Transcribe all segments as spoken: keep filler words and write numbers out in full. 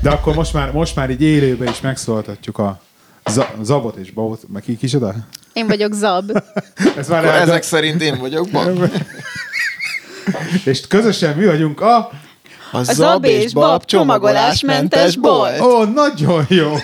De akkor most már, most már így élőben is megszólaltatjuk a Zabot és Babot, meg ki kicsoda? Én vagyok Zab. Ez már ezek szerint én vagyok Bab. És közösen mi vagyunk a... A, a Zab és Bab csomagolásmentes bolt. Ó, nagyon jó!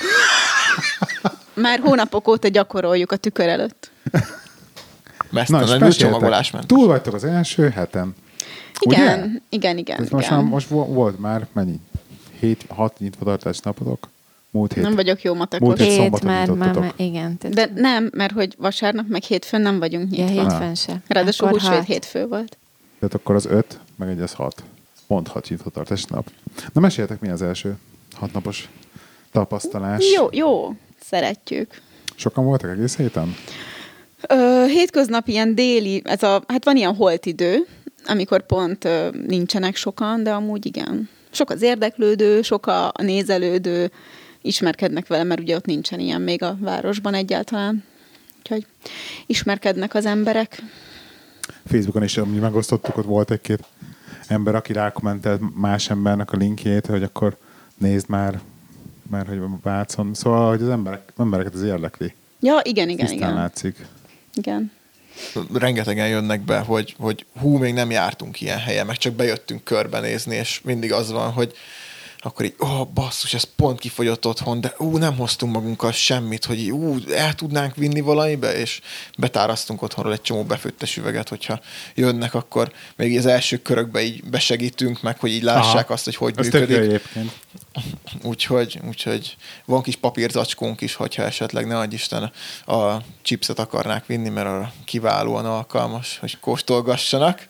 Már hónapok óta gyakoroljuk a tükör előtt. Mesztelenül csomagolásmentes. Túl vagytok az első heten. Igen, ugye? igen, igen. Ez most, igen. Már, most volt már mennyi? hét hat nyitvatartás napotok? Múlt hét. Nem vagyok jó matekos. Múlt hét Hét szombaton már, már, nyitottatok. már, igen. Tehát... De nem, mert hogy vasárnap meg hétfőn nem vagyunk nyitva. Ja, hétfőn se. Ráadásul Akkor húsvét hat. hétfő volt. Tehát akkor az öt, meg egy az hat. Pont hat nyitvatartás nap. Na meséljetek, mi az első hatnapos tapasztalás? Jó, jó. Szeretjük. Sokan voltak egész héten? Ö, hétköznap ilyen déli, ez a, hát van ilyen holtidő, amikor pont ö, nincsenek sokan, de amúgy igen. Sok az érdeklődő, sok a, a nézelődő, ismerkednek vele, mert ugye ott nincsen ilyen még a városban egyáltalán. Úgyhogy ismerkednek az emberek. Facebookon is mi megosztottuk, ott volt egy-két ember, aki rákommentelt más embernek a linkjét, hogy akkor nézd már, mert hogy Vácon. Szóval, hogy az emberek, embereket ez érdekli. Ja, igen, igen, Tisztán igen. látszik. Igen. Rengetegen jönnek be, hogy, hogy hú, még nem jártunk ilyen helyen, meg csak bejöttünk körbenézni, és mindig az van, hogy akkor így, ó, oh, basszus, ez pont kifogyott otthon, de ú, nem hoztunk magunkkal semmit, hogy így, ú, el tudnánk vinni valamibe, és betárasztunk otthonról egy csomó befőttes üveget, hogyha jönnek, akkor még az első körökbe így besegítünk meg, hogy így lássák Aha. azt, hogy hogy az működik. Úgyhogy, úgyhogy van kis papírzacskónk is, hogyha esetleg ne adj Isten a chipset akarnák vinni, mert arra kiválóan alkalmas, hogy kóstolgassanak.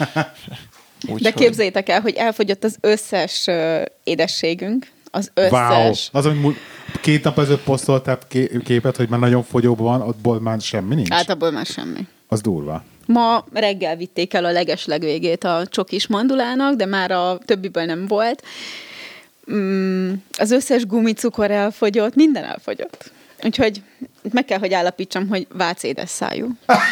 Úgy, de képzeljétek el, hogy elfogyott az összes uh, édességünk. Az összes. Wow. Az, hogy két nap ezelőtt posztoltál képet, hogy már nagyon fogyóban van, abból már semmi nincs? Hát abból már semmi. Az durva. Ma reggel vitték el a legeslegvégét a csokis mandulának, de már a többiből nem volt. Mm, az összes gumicukor elfogyott, minden elfogyott. Úgyhogy meg kell, hogy állapítsam, hogy Vác édes szájú.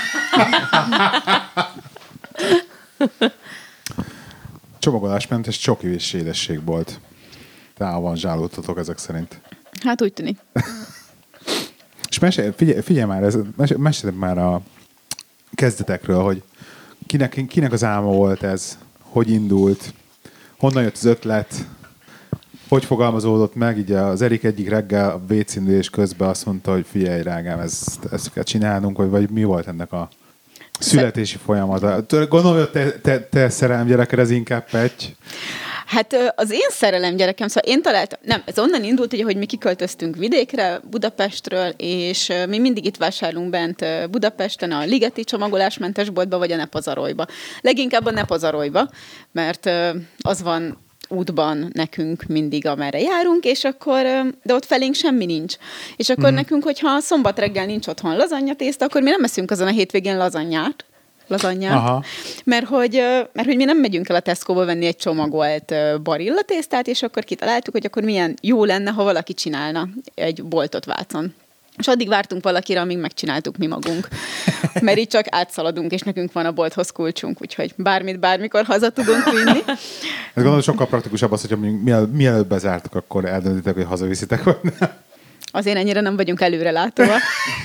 Csomagolásmentes csoki és édesség volt. Távanzsálódtatok ezek szerint. Hát úgy tűnik. És mesélj, figyelj, figyelj már, ez, mesélj, mesélj már a kezdetekről, hogy kinek, kinek az álma volt ez, hogy indult, honnan jött az ötlet, hogy fogalmazódott meg, így az Erik egyik reggel a vécindulés közben azt mondta, hogy figyelj rágám, ezt, ezt kell csinálnunk, vagy, vagy mi volt ennek a születési folyamata? Gondolom, hogy te, te, te szerelem gyereked, ez inkább Petty. Hát az én szerelem gyerekem, szóval én találtam, nem, ez onnan indult, ugye, hogy mi kiköltöztünk vidékre, Budapestről, és mi mindig itt vásárlunk bent Budapesten a Ligeti csomagolásmentes boltba, vagy a Nepazarolyba. Leginkább a Nepazarolyba, mert az van útban nekünk mindig, amerre járunk, és akkor, de ott felénk semmi nincs. És akkor mm. nekünk, hogyha szombat reggel nincs otthon lazanyatészta, akkor mi nem eszünk azon a hétvégén lazanyát, lazanyát, mert hogy, mert hogy mi nem megyünk el a Tesco-ból venni egy csomagolt barilla tésztát, és akkor kitaláltuk, hogy akkor milyen jó lenne, ha valaki csinálna egy boltot Vácon. És addig vártunk valakire, amíg megcsináltuk mi magunk. Mert így csak átszaladunk, és nekünk van a bolthoz kulcsunk, úgyhogy bármit, bármikor haza tudunk vinni. Ez gondolom sokkal praktikusabb az, hogy mielőtt, mielőtt bezártuk, akkor eldöntitek, hogy hazaviszitek, vagy nem. Azért ennyire nem vagyunk előrelátóak.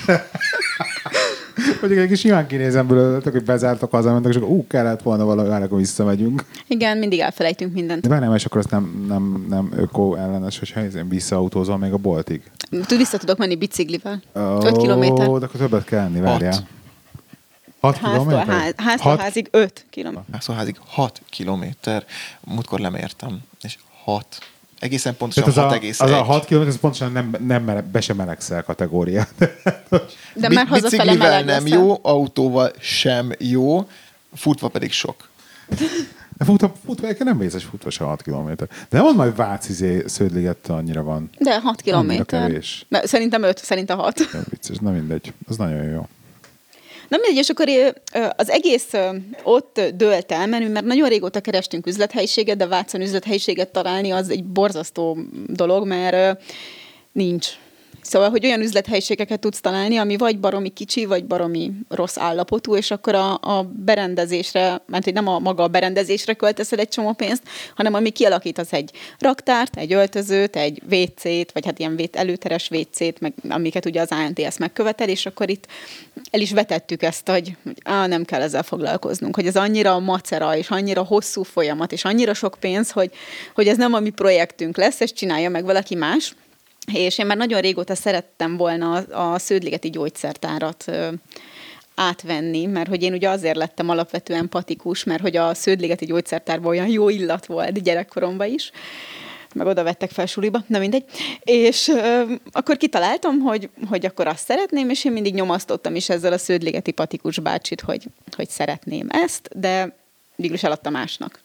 Mondjuk egy kis simán kinézem belőle, hogy bezártak, hazamentek, és akkor ú, kellett volna valami, már akkor visszamegyünk. Igen, mindig elfelejtünk mindent. De bár és akkor azt nem, nem, nem öko ellenes, hogyha én visszaautózol még a boltig. Vissza tudok menni biciklivel. Oh, öt kilométer. De akkor többet kell enni, várjál. hat kilométer? Ház, háztól házig öt kilométer. Háztól házig hat kilométer. Múltkor lemértem, és hat. Egészen pontosan hat egész egy. Az a hat kilométer, az pontosan nem, nem be sem melegszel kategória. De már hazafele meleg nem leszel. jó, autóval sem jó, futva pedig sok. Futva, futva nem vészes futva se hat kilométer. De nem mondd majd Váci Sződligett annyira van. De hat kilométer. Szerintem öt, szerintem hat. Nem vicces, na mindegy. Az nagyon jó. Na mindegy, és akkor az egész ott dőlt el, mert nagyon régóta kerestünk üzlethelyiséget, de Vácon üzlethelyiséget találni az egy borzasztó dolog, mert nincs. Szóval, hogy olyan üzlethelyiségeket tudsz találni, ami vagy baromi kicsi, vagy baromi rossz állapotú, és akkor a, a berendezésre, mert hogy nem a maga a berendezésre költeszed egy csomó pénzt, hanem ami kialakítasz egy raktárt, egy öltözőt, egy vécét, vagy hát ilyen vét, előteres vécét, meg, amiket ugye az á en té es megkövetel, és akkor itt el is vetettük ezt, hogy á, nem kell ezzel foglalkoznunk, hogy ez annyira macera, és annyira hosszú folyamat, és annyira sok pénz, hogy, hogy ez nem a mi projektünk lesz, és csinálja meg valaki más. És én már nagyon régóta szerettem volna a, a Sződligeti gyógyszertárat ö, átvenni, mert hogy én ugye azért lettem alapvetően patikus, mert hogy a Sződligeti gyógyszertárban olyan jó illat volt gyerekkoromban is, meg oda vettek fel suliba, na mindegy. És ö, akkor kitaláltam, hogy, hogy akkor azt szeretném, és én mindig nyomasztottam is ezzel a Sződligeti patikus bácsit, hogy, hogy szeretném ezt, de végül is eladta másnak.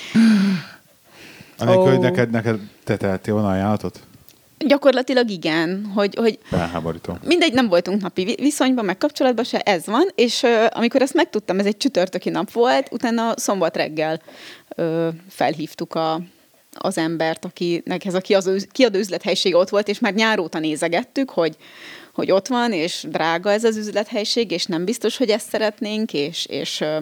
Amikor, oh. hogy neked, neked te tehettél volna ajánlatot? Gyakorlatilag igen, hogy, hogy felháborító. Mindegy, nem voltunk napi viszonyban, meg kapcsolatban se, ez van, és uh, amikor ezt megtudtam, ez egy csütörtöki nap volt, utána szombat reggel uh, felhívtuk a, az embert, akinek ez a kiadó üzlethelység ott volt, és már nyáróta nézegettük, hogy, hogy ott van, és drága ez az üzlethelység, és nem biztos, hogy ezt szeretnénk, és, és uh,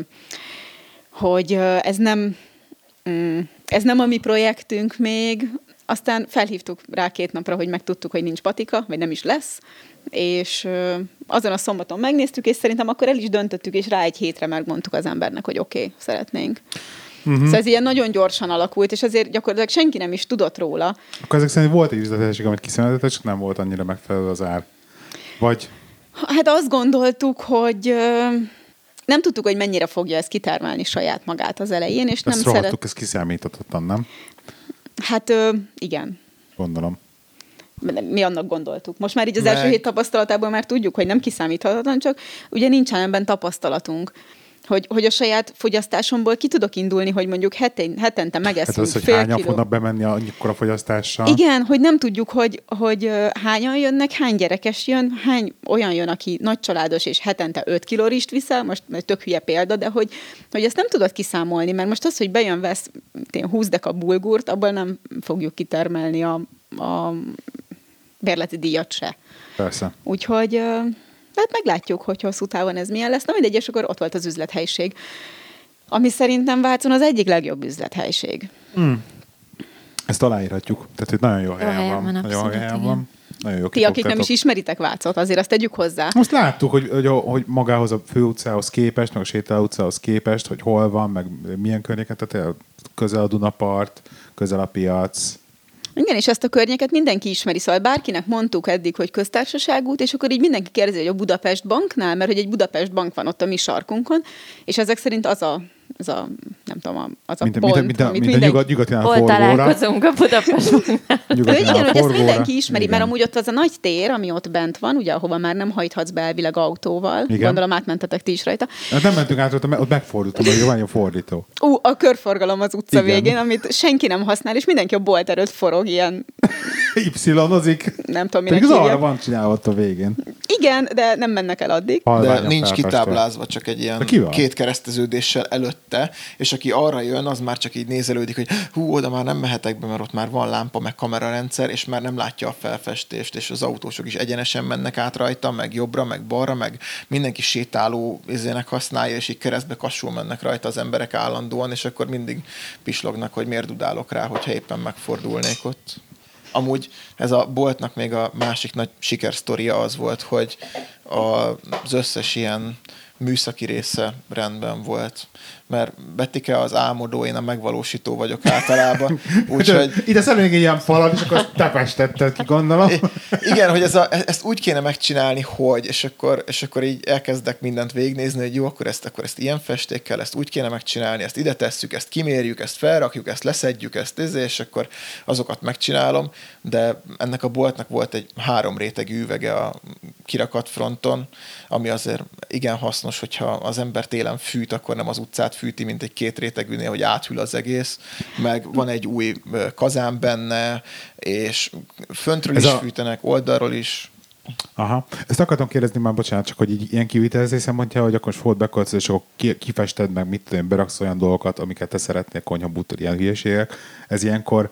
hogy uh, ez nem um, ez nem a mi projektünk még. Aztán felhívtuk rá két napra, hogy megtudtuk, hogy nincs patika, vagy nem is lesz, és ö, azon a szombaton megnéztük, és szerintem akkor el is döntöttük, és rá egy hétre megmondtuk az embernek, hogy oké, okay, szeretnénk. Uh-huh. Szóval ez ilyen nagyon gyorsan alakult, és azért gyakorlatilag senki nem is tudott róla. Akkor ezek szerint volt egy üzlethelység, amit kiszemeltetett, csak nem volt annyira megfelelő az ár. Vagy? Hát azt gondoltuk, hogy... Ö, nem tudtuk, hogy mennyire fogja ez kitermelni saját magát az elején, és ezt nem rohadtuk, szeret... ez kiszámíthatatlan, nem? Hát ö, igen. Gondolom. Mi annak gondoltuk. Most már így az Meg... első hét tapasztalatából már tudjuk, hogy nem kiszámíthatatlan, csak ugye nincsen ebben tapasztalatunk. Hogy, hogy a saját fogyasztásomból ki tudok indulni, hogy mondjuk heten, hetente megeszünk hát az, hogy fél hányan kiló. fognak bemenni annyikor a fogyasztással. Igen, hogy nem tudjuk, hogy, hogy hányan jönnek, hány gyerekes jön, hány olyan jön, aki nagycsaládos és hetente öt kiló rizst viszel, most tök hülye példa, de hogy, hogy ezt nem tudod kiszámolni, mert most az, hogy bejön, vesz húsz deka bulgurt, abból nem fogjuk kitermelni a, a bérleti díjat se. Persze. Úgyhogy... Hát meglátjuk, hogy hosszú távon ez milyen lesz. Na mindegy, és akkor ott volt az üzlethelyiség, ami szerintem Vácon az egyik legjobb üzlethelyiség. Mm. Ezt aláírhatjuk. Tehát, hogy nagyon jó helyen, helyen van. van. Nagyon jó helyen van. Nagyon jó. Ti, akik nem is ismeritek Vácot, azért azt tegyük hozzá. Most láttuk, hogy, hogy, hogy magához a főutcához képest, meg a sétáló utcához képest, hogy hol van, meg milyen környéken, tehát közel a Dunapart, közel a piac. Igen, és ezt a környéket mindenki ismeri, szóval bárkinek mondtuk eddig, hogy köztársaságút, és akkor így mindenki kérdezi, hogy a Budapest Banknál, mert hogy egy Budapest Bank van ott a mi sarkunkon, és ezek szerint az a, az a nem tudom, az a mint, pont, mint, mint, amit mint minden... a nyugatinál hol forgóra. találkozunk a Budapest Banknál. De igen, hogy ezt mindenki ismeri, igen. mert amúgy ott az a nagy tér, ami ott bent van, ugye, ahova már nem hajthatsz be elvileg autóval. Igen. Gondolom átmentetek ti is rajta. Hát nem mentünk át, ott megfordultunk, hogy van a fordító. Ú, a körforgalom az utca igen. végén, amit senki nem használ, és mindenki a bolt előtt forog ilyen... Y-ozik. Nem tudom, minek Pedig az hívják. arra van csinálva ott a végén. Igen, de nem mennek el addig. De nincs kitáblázva, csak egy ilyen ki két kereszteződéssel előtte, és aki arra jön, az már csak így nézelődik, hogy hú, oda már nem mehetek be, mert ott már van lámpa, meg kamerarendszer, és már nem látja a felfestést, és az autósok is egyenesen mennek át rajta, meg jobbra, meg balra, meg mindenki sétáló izének használja, és így keresztbe kassul mennek rajta az emberek állandóan, és akkor mindig pislognak, hogy miért dudálok rá, hogyha éppen megfordulnék ott. Amúgy ez a boltnak még a másik nagy sikersztoria az volt, hogy az összes ilyen műszaki része rendben volt. Mert Bettike az álmodó, én a megvalósító vagyok általában. Úgyhogy... Ide szeretnék egy ilyen falat, és akkor te festetted ki, gondolom. Igen, hogy ez a, ezt úgy kéne megcsinálni, hogy, és akkor, és akkor így elkezdek mindent végignézni, hogy jó, akkor ezt, akkor ezt ilyen festékkel, ezt úgy kéne megcsinálni, ezt ide tesszük, ezt kimérjük, ezt felrakjuk, ezt leszedjük, ezt ezért, és akkor azokat megcsinálom, de ennek a boltnak volt egy három rétegű üvege a kirakat fronton, ami azért igen hasznos, hogyha az ember télen fűt, akkor nem az utcát fűti, mint egy két rétegűnél, hogy áthűl az egész, meg van egy új kazán benne, és föntről ez is a... fűtenek, oldalról is. Aha. Ezt akartam kérdezni már, bocsánat, csak hogy így ilyen kivitelezés szempontjából, hogy akkor volt beköltözés, és akkor kifested meg, mit tudom, beraksz olyan dolgokat, amiket te szeretnél, konyha, bútor, ilyen hülyeségek. Ez ilyenkor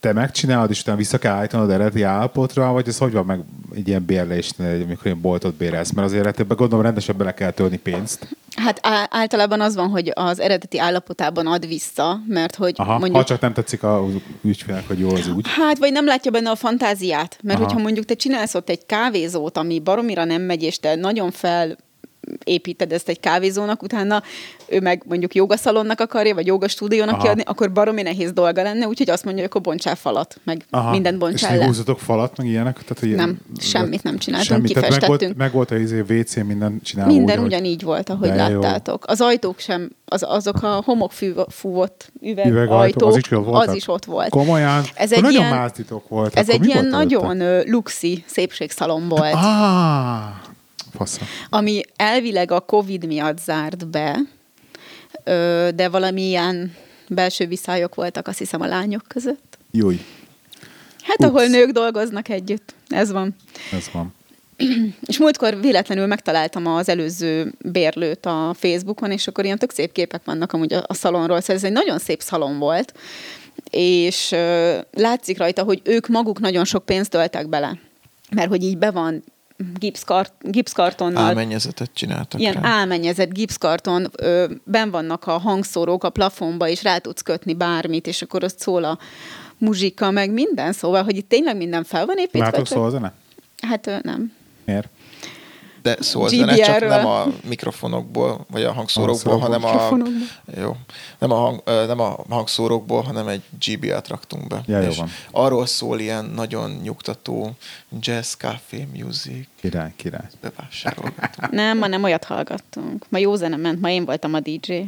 te megcsinálod, és utána vissza kell állítanod eredeti állapotra, vagy ez hogy van meg egy ilyen bérlésnél, amikor ilyen boltot bérelsz? Mert azért ebben gondolom rendesen bele kell tölni pénzt. Hát á- általában az van, hogy az eredeti állapotában ad vissza, mert hogy Aha, mondjuk... ha csak nem tetszik a ügyfélnek, hogy jó az úgy. Hát, vagy nem látja benne a fantáziát. Mert Aha. hogyha mondjuk te csinálsz ott egy kávézót, ami baromira nem megy, és te nagyon fel építed ezt egy kávézónak, utána ő meg mondjuk jogaszalonnak akarja, vagy jogastúdiónak Aha. kiadni, akkor baromi nehéz dolga lenne, úgyhogy azt mondja, hogy akkor bontsál falat, meg Aha. mindent És bontsál még le. húzzatok falat, meg ilyenek? Tehát, hogy Nem, semmit nem csináltunk, semmit. Tehát meg volt, kifestettünk. meg volt a izé, vé cé, minden csináló. Minden úgy, ugyanígy volt, ahogy De jó. láttátok. Az ajtók sem, az, azok a homokfúvott üvegajtók, Üvegajtók, az is ott voltak? az is ott volt. Komolyan? Ez Akkor egy nagyon ilyen- máztitok volt. Ez Akkor egy mi ilyen volt előtte? nagyon ö, luxi szépségszalon volt, Ah, fasza. ami elvileg a Covid miatt zárt be, ö, de valamilyen belső viszályok voltak, azt hiszem, a lányok között. Júj, Hát, Ups. ahol nők dolgoznak együtt. Ez van. ez van. És múltkor véletlenül megtaláltam az előző bérlőt a Facebookon, és akkor ilyen tök szép képek vannak amúgy a, a szalonról. Szóval ez egy nagyon szép szalon volt, és ö, látszik rajta, hogy ők maguk nagyon sok pénzt töltek bele. Mert hogy így be van gipszkart, gipszkartonnal. Álmennyezetet csináltak Ilyen rá. álmennyezett gipszkarton, ö, benn vannak a hangszórók a plafonba, és rá tudsz kötni bármit, és akkor ott szól a muzsika, meg minden, szóval, hogy itt tényleg minden fel van építve. Látok csak- szól a zene? Hát ö, nem. Miért? De szól gé bé zene, csak er-ről. nem a mikrofonokból, vagy a hangszórókból, Hangszórókból. hanem a, Mikrofonokból. jó, nem, a hang, ö, nem a hangszórókból, hanem egy gé bé er-t raktunk be. Ja, jó és van. arról szól ilyen nagyon nyugtató jazz, café, music, Király, király. bevásárolgatunk. Nem, ma nem olyat hallgattunk. Ma jó zene ment, ma én voltam a dé dzsé.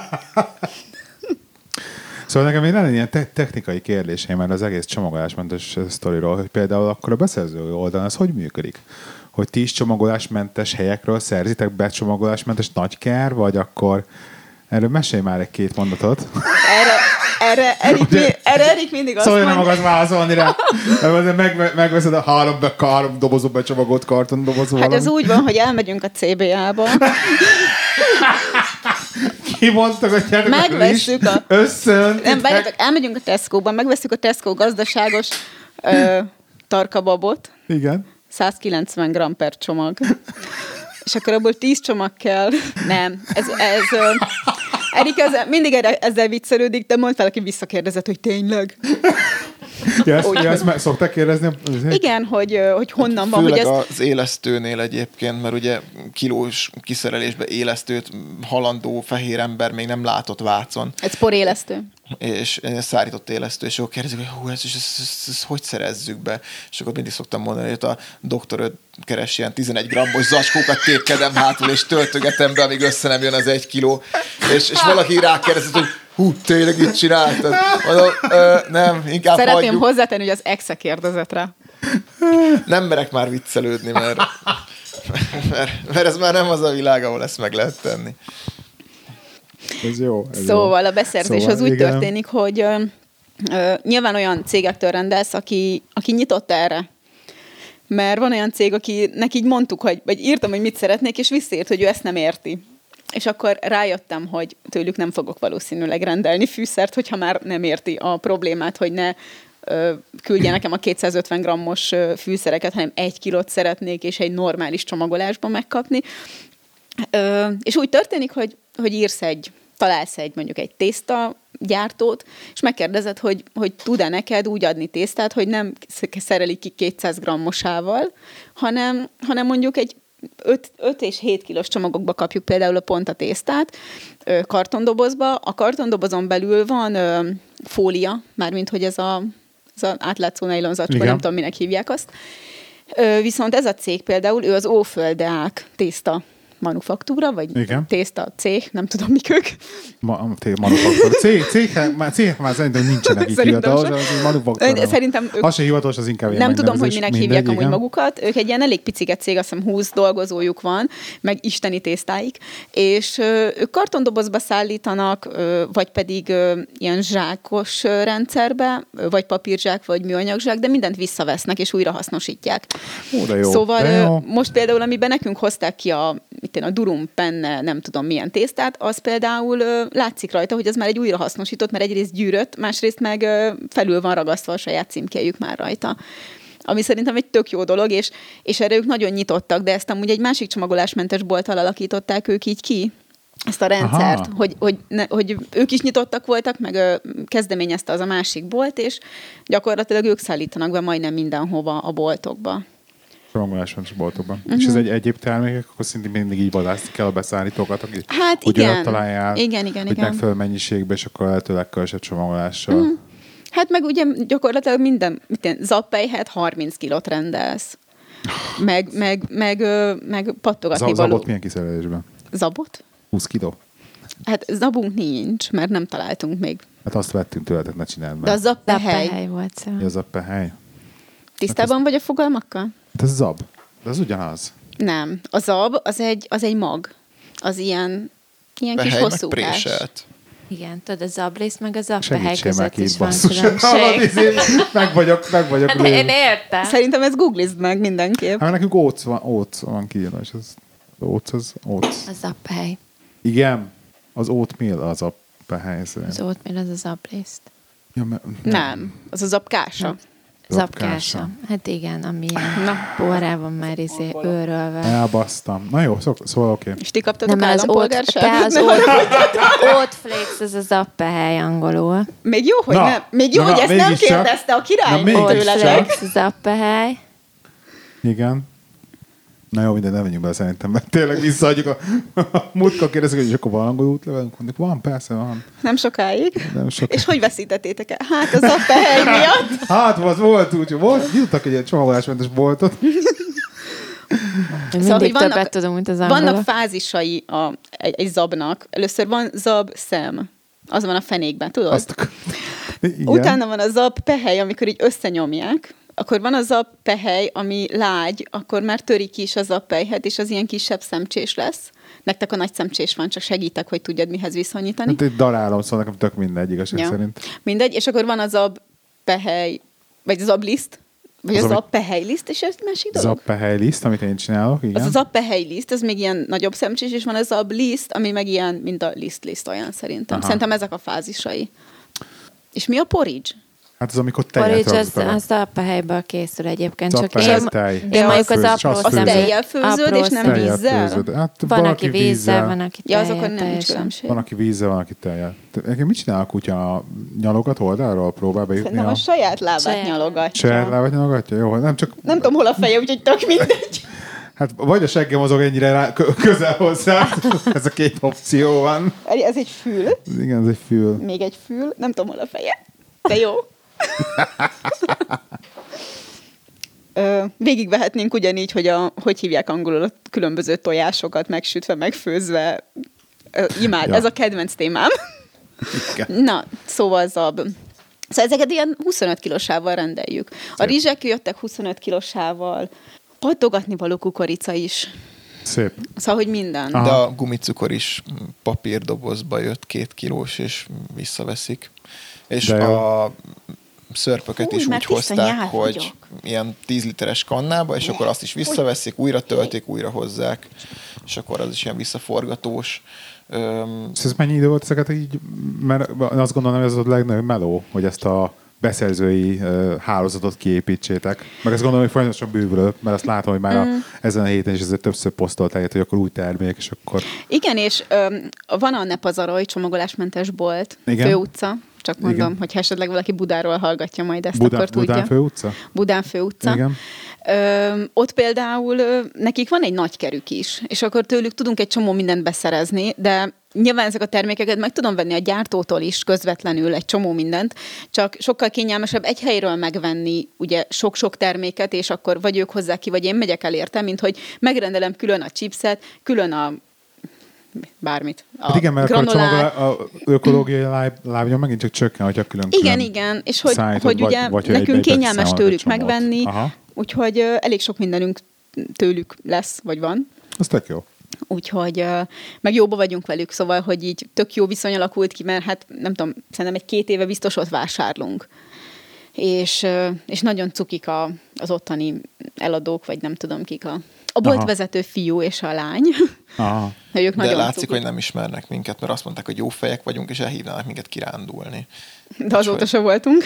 Szóval nekem még lenne ilyen te- technikai kérdéseim már az egész csomagolásmentes sztoriról, hogy például akkor a beszerző oldalon ez hogy működik? Hogy ti is csomagolásmentes helyekről szerzitek be csomagolásmentes nagykár, vagy akkor erről mesélj már egy két mondatot. Erre, erre, Erik, mi, erre Erik mindig azt Szóval nem mondja. akarsz válaszolni rá. Mert meg, megveszed a három, be, három dobozú becsomagolt karton dobozú Hát ez valami. úgy van, hogy elmegyünk a cé bé á-ba, Kimondtak, Megvesszük a- Összönt. nem, várjatok, elmegyünk a Tesco-ba, megveszünk a Tesco gazdaságos ö, tarkababot, Igen. száz kilencven gramm per csomag. És akkor abból tíz csomag kell. Nem, ez, ez ö, Erik ezzel, mindig erre, ezzel viccelődik, de mondd fel, aki visszakérdezett, hogy tényleg. Ja, ezt, Úgy- ja, ezt meg szokták kérdezni? Igen, hogy, ö, hogy honnan van, hogy Főleg ez... az élesztőnél egyébként, mert ugye kilós kiszerelésbe élesztőt halandó fehér ember még nem látott Vácon, Ez porélesztő. és szárított élesztő, és akkor kérdezik, hogy hú, ezt, ezt, ezt, ezt, ezt hogy szerezzük be? És akkor mindig szoktam mondani, hogy a doktor öt keres ilyen tizenegy grammos zacskókat tépkedem hátul, és töltögetem be, amíg össze nem jön az egy kiló. És, és valaki rákérdezett, hogy hú, tényleg így csináltad? Mondom, ö, nem, inkább Szeretném hagyjuk. hozzátenni, hogy az exe kérdezett rá. Nem merek már viccelődni, mert, mert, mert ez már nem az a világ, ahol ezt meg lehet tenni. Ez jó. Ez Szóval jó. a beszerzés Szóval, az úgy igen. történik, hogy ö, ö, nyilván olyan cégektől rendelsz, aki, aki nyitott erre. Mert van olyan cég, akinek így mondtuk, hogy, vagy írtam, hogy mit szeretnék, és visszaírt, hogy ő ezt nem érti. És akkor rájöttem, hogy tőlük nem fogok valószínűleg rendelni fűszert, hogyha már nem érti a problémát, hogy ne ö, küldje nekem a kétszázötven grammos ö, fűszereket, hanem egy kilót szeretnék, és egy normális csomagolásban megkapni. Ö, és úgy történik, hogy, hogy írsz egy, találsz egy mondjuk egy tészta gyártót, és megkérdezed, hogy, hogy tud-e neked úgy adni tésztát, hogy nem szerelik ki kétszáz grammosával, hanem, hanem mondjuk egy öt és hét kilós csomagokba kapjuk például a pont a tésztát, ö, kartondobozba. A kartondobozon belül van ö, fólia, mármint hogy ez a, ez az átlátszó nejlon zacskó, Igen. nem tudom, minek hívják azt. Ö, viszont ez a cég például, ő az Óföldeák tészta manufaktúra, vagy Igen. tészta cég, nem tudom, mik ők. Ma, té- manufaktor. Cég, cég, már, cég már szerintem nincsenek így Szerintem hivatalos, sem. az manufaktor. Ö, szerintem ők- Az se hivatalos, az inkább ilyen Nem tudom, hogy megnevezés. minek Mindegy, hívják amúgy igen. magukat. Ők egy ilyen elég picike cég, azt hiszem húsz dolgozójuk van, meg isteni tésztáik, és ö, ők kartondobozba szállítanak, ö, vagy pedig ö, ilyen zsákos ö, rendszerbe, ö, vagy papírzsák, vagy műanyagzsák, de mindent visszavesznek, és újra hasznosítják. Ó, de jó, Szóval de ö, jó. most például, amiben nekünk hozták ki a mit én, a durum, penne, nem tudom milyen tésztát, az például ö, látszik rajta, hogy az már egy újrahasznosított, mert egyrészt gyűrött, másrészt meg ö, felül van ragasztva a saját címkéjük már rajta. Ami szerintem egy tök jó dolog, és, és erre ők nagyon nyitottak, de ezt amúgy egy másik csomagolásmentes bolttal alakították ők így ki, ezt a rendszert, hogy, hogy, ne, hogy ők is nyitottak voltak, meg ö, kezdeményezte az a másik bolt, és gyakorlatilag ők szállítanak be majdnem mindenhova a boltokba. Csomagolásmentes boltokban. Uh-huh. És ez egy egyéb termékek, akkor szintén mindig így vadászni kell a beszállítókat, akik hát hogy igen. találják, igen, igen, hogy igen. megfelelő mennyiségben, és akkor lehető legkevesebb csomagolással. Uh-huh. Hát meg ugye gyakorlatilag minden, minden zappelyhet harminc kilót rendelsz. Meg, meg, meg, meg, meg pattogatni Az való. zabot milyen kiszerelésben? Zabot? húsz kiló? Hát zabunk nincs, mert nem találtunk még. Hát azt vettünk tőle, tehát ne csináld meg. De a zappehely. Zappehely volt szó. Mi az zappehely? Tisztában hát vagy a fogalmakkal? Hát ez zab. De az ugyanaz. Nem. A zab az egy, az egy mag. Az ilyen, ilyen kis Behely meg hosszúkás. préselt. Igen, tudod, a zabliszt meg a zappehely Segítsél már között két is van basszus. különbség. meg vagyok, meg vagyok. Hát én értem. Szerintem ezt googlizd meg mindenképp. Hát nekünk óc van, óc van kiírva, és az óc az óc. A zappehely. Igen, az oatmeal az a behely szerint. Az oatmeal az a zabliszt. Ja, mert, Nem. Az a zapkása. Zapkása. Hát igen, ami Na. porrában már izé őrölve. elbasztam. Na jó, szó, szóval oké. Okay. És ti kaptatok Nem, az oat, állampolgárságot? te az oat, oatflakes, az a zappehely angolul. Még jó, hogy, Na, nem, még jó, na, hogy na, ezt nem mégiscsak. kérdezte a király Na, mégiscsak. tőletek. Oatflakes, zappehely. Igen. Na jó, minden, nem menjünk bele szerintem, mert tényleg visszaadjuk a, a múltkor kérdezik, hogy és akkor van angol útlevelünk? Mondjuk, van, persze van. Nem sokáig. Nem sokáig. És hogy veszítettétek el? Hát az zappehely miatt. Hát, az volt úgy, hogy volt, nyitottak egy ilyen csomagolásmentes boltot. Mindig Szóval, hogy többet vannak- tudom, mint az angolok. Vannak fázisai a, egy, egy zabnak. Először van zab szem. Az van a fenékben, tudod? Azt ak- Igen. Utána van a zab pehely, amikor így összenyomják. Akkor van a zab pehely, ami lágy, akkor már törik ki is a zab pelyhet, és az ilyen kisebb szemcsés lesz. Nektek a nagy szemcsés van, csak segítek, hogy tudjad mihez viszonyítani. Hát egy darálom, szóval nekem tök mindegy, igazság Ja. szerint. Mindegy, és akkor van a zab pehely, vagy a zabliszt, vagy Az, a ami- zab pehely liszt, és ez másik dolog. Zappehely liszt, amit én csinálok, igen. Az a zab pehely liszt, az még ilyen nagyobb szemcsés, és van a zab liszt, ami meg ilyen, mint a liszt liszt olyan szerintem. Aha. Szerintem ezek a fázisai. És mi a porridge? Hát az, amikor tejet Porridge raksz az, bele. az zappehelyből készül egyébként. Csak Zappehely, én, tej. én Ja, mondjuk az az főz- és apró az Az főzöd. tejjel főzöd, Apró és nem Tejjel vízzel? főzöd. Hát van, aki vízzel, van, aki Ja, tejjel. az akkor nem nincs teljesen. különbség. Van, aki vízzel, van, aki tejjel. Te- Nekem mit csinál a kutya? Nyalogat oldalról? Próbál bejutni Szerintem a... a saját lábát Saját. nyalogatja. Saját lábat nyalogatja? Jó, nem csak... Nem tudom, hol a feje, úgyhogy tök mindegy. Hát vagy a segge mozog ennyire rá, kö- közel hozzá. Ez a két opció van. Ez egy fül. Igen, ez egy fül. Még egy fül. Nem tudom, hol a feje. De jó. Ö, végigvehetnénk ugyanígy, hogy a, hogy hívják angolul a különböző tojásokat megsütve, megfőzve. Ö, imád, Ja. ez a kedvenc témám. Igen. Na, szóval zab. Szóval ezeket ilyen huszonöt kilósával rendeljük. A rizsek jöttek huszonöt kilósával, pattogatni való kukorica is. Szép. Szóval, hogy minden. Aha. De a gumicukor is papírdobozba jött két kilós, és visszaveszik. És De jó. a szörpöket Hú, is már úgy tiszta hozták, nyár hogy vagyok. ilyen tíz literes kannába, és akkor azt is visszaveszik, újra töltik, újra hozzák, és akkor az is ilyen visszaforgatós. Öm, És ez mennyi idő volt ezeket így? Mert azt gondolom, hogy ez a legnagyobb meló, hogy ezt a beszerzői uh, hálózatot kiépítsétek. Meg azt gondolom, hogy folyamatosan bővülő, mert azt látom, hogy már Mm. a, ezen a héten is ezért többször posztolták, hogy akkor új termék, és akkor... Igen, és öm, van a Ne pazarolj csomagolásmentes bolt, Igen. Főutca. Csak mondom, Igen. hogyha esetleg valaki Budáról hallgatja majd ezt, Buda, akkor tudja. Budán főutca? Budán Főutca. Igen. Ö, ott például ö, nekik van egy nagy kerük is, és akkor tőlük tudunk egy csomó mindent beszerezni, de nyilván ezek a termékeket meg tudom venni a gyártótól is közvetlenül egy csomó mindent, csak sokkal kényelmesebb egy helyről megvenni ugye sok-sok terméket, és akkor vagy ők hozzák ki, vagy én megyek el érte, mint hogy megrendelem külön a chipset, külön a bármit. A Hát igen, mert akkor a granulát. csomagolá- a ökológiai láb, lábnyom megint csak csökken, hogyha külön Igen, igen, és hogy, szállítod, hogy vagy- ugye vagy hogy nekünk egybe kényelmes beszámolod tőlük egy csomót. megvenni, Aha. úgyhogy ö, elég sok mindenünk tőlük lesz, vagy van. Az tök jó. Úgyhogy ö, meg jóba vagyunk velük, szóval, hogy így tök jó viszony alakult ki, mert hát nem tudom, szerintem egy két éve biztos ott vásárlunk. És, ö, és nagyon cukik a, az ottani eladók, vagy nem tudom kik a A boltvezető fiú és a lány. Aha. Ők De nagyon látszik, cukik. hogy nem ismernek minket, mert azt mondták, hogy jó fejek vagyunk, és elhívnának minket kirándulni. De azóta se voltunk.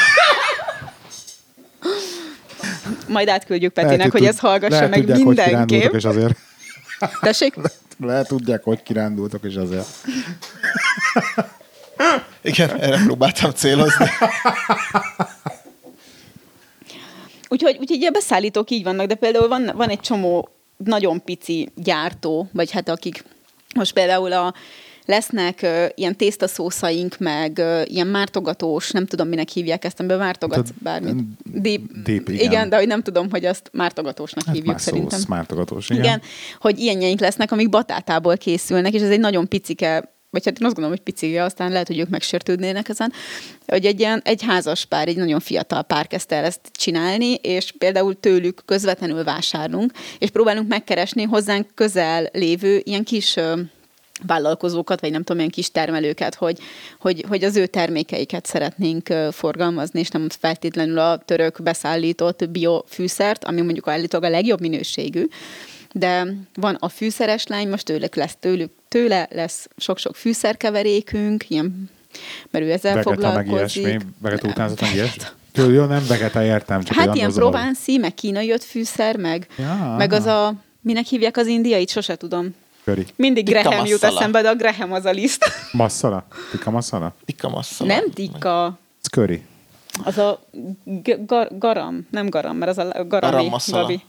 Majd átküldjük Petinek, hogy ezt hallgassa lehet, meg tudják, hogy mindenképp. kirándultok, és azért. Tessék? Lehet tudják, hogy kirándultok, és azért. Igen, erre próbáltam célozni. Úgyhogy, úgyhogy a beszállítók így vannak, de például van, van egy csomó nagyon pici gyártó, vagy hát akik most például a, lesznek uh, ilyen tésztaszószaink, meg uh, ilyen mártogatós, nem tudom, minek hívják ezt, amiben mártogatsz bármit. Deep, Deep, igen. igen, de hogy nem tudom, hogy azt mártogatósnak Hát hívjuk már szerintem. Szósz, mártogatós, igen. Igen, hogy ilyenjeink lesznek, amik batátából készülnek, és ez egy nagyon picike, vagy hát én azt gondolom, hogy picike, aztán lehet, hogy ők megsértődnének ezen, hogy egy ilyen, egy házas pár, egy nagyon fiatal pár kezdte el ezt csinálni, és például tőlük közvetlenül vásárlunk, és próbálunk megkeresni hozzánk közel lévő ilyen kis ö, vállalkozókat, vagy nem tudom, ilyen kis termelőket, hogy, hogy, hogy az ő termékeiket szeretnénk ö, forgalmazni, és nem feltétlenül a török beszállított biofűszert, ami mondjuk állítólag a legjobb minőségű, de van a fűszeres lány, most tőlük lesz, tőlük, tőle lesz sok-sok fűszerkeverékünk, ilyen, mert ő ezzel Vegeta, foglalkozik. meg ilyesmi, vegeta utánzat, meg ilyesmi. Jó, nem vegeta, értem. Csak Hát olyan ilyen az a- provánci, meg kínai jött fűszer, meg, Ja, meg az aha. a, minek hívják az indiait, sose tudom. Köri. Mindig Tikka Graham jut masszala. eszembe, de a Graham az a liszt. Masszala? Tikka masszala? Tikka masszala. Nem tikka, Ez köri. az a g- gar- garam, nem garam, mert az a garami, Garam masszala. Gabi.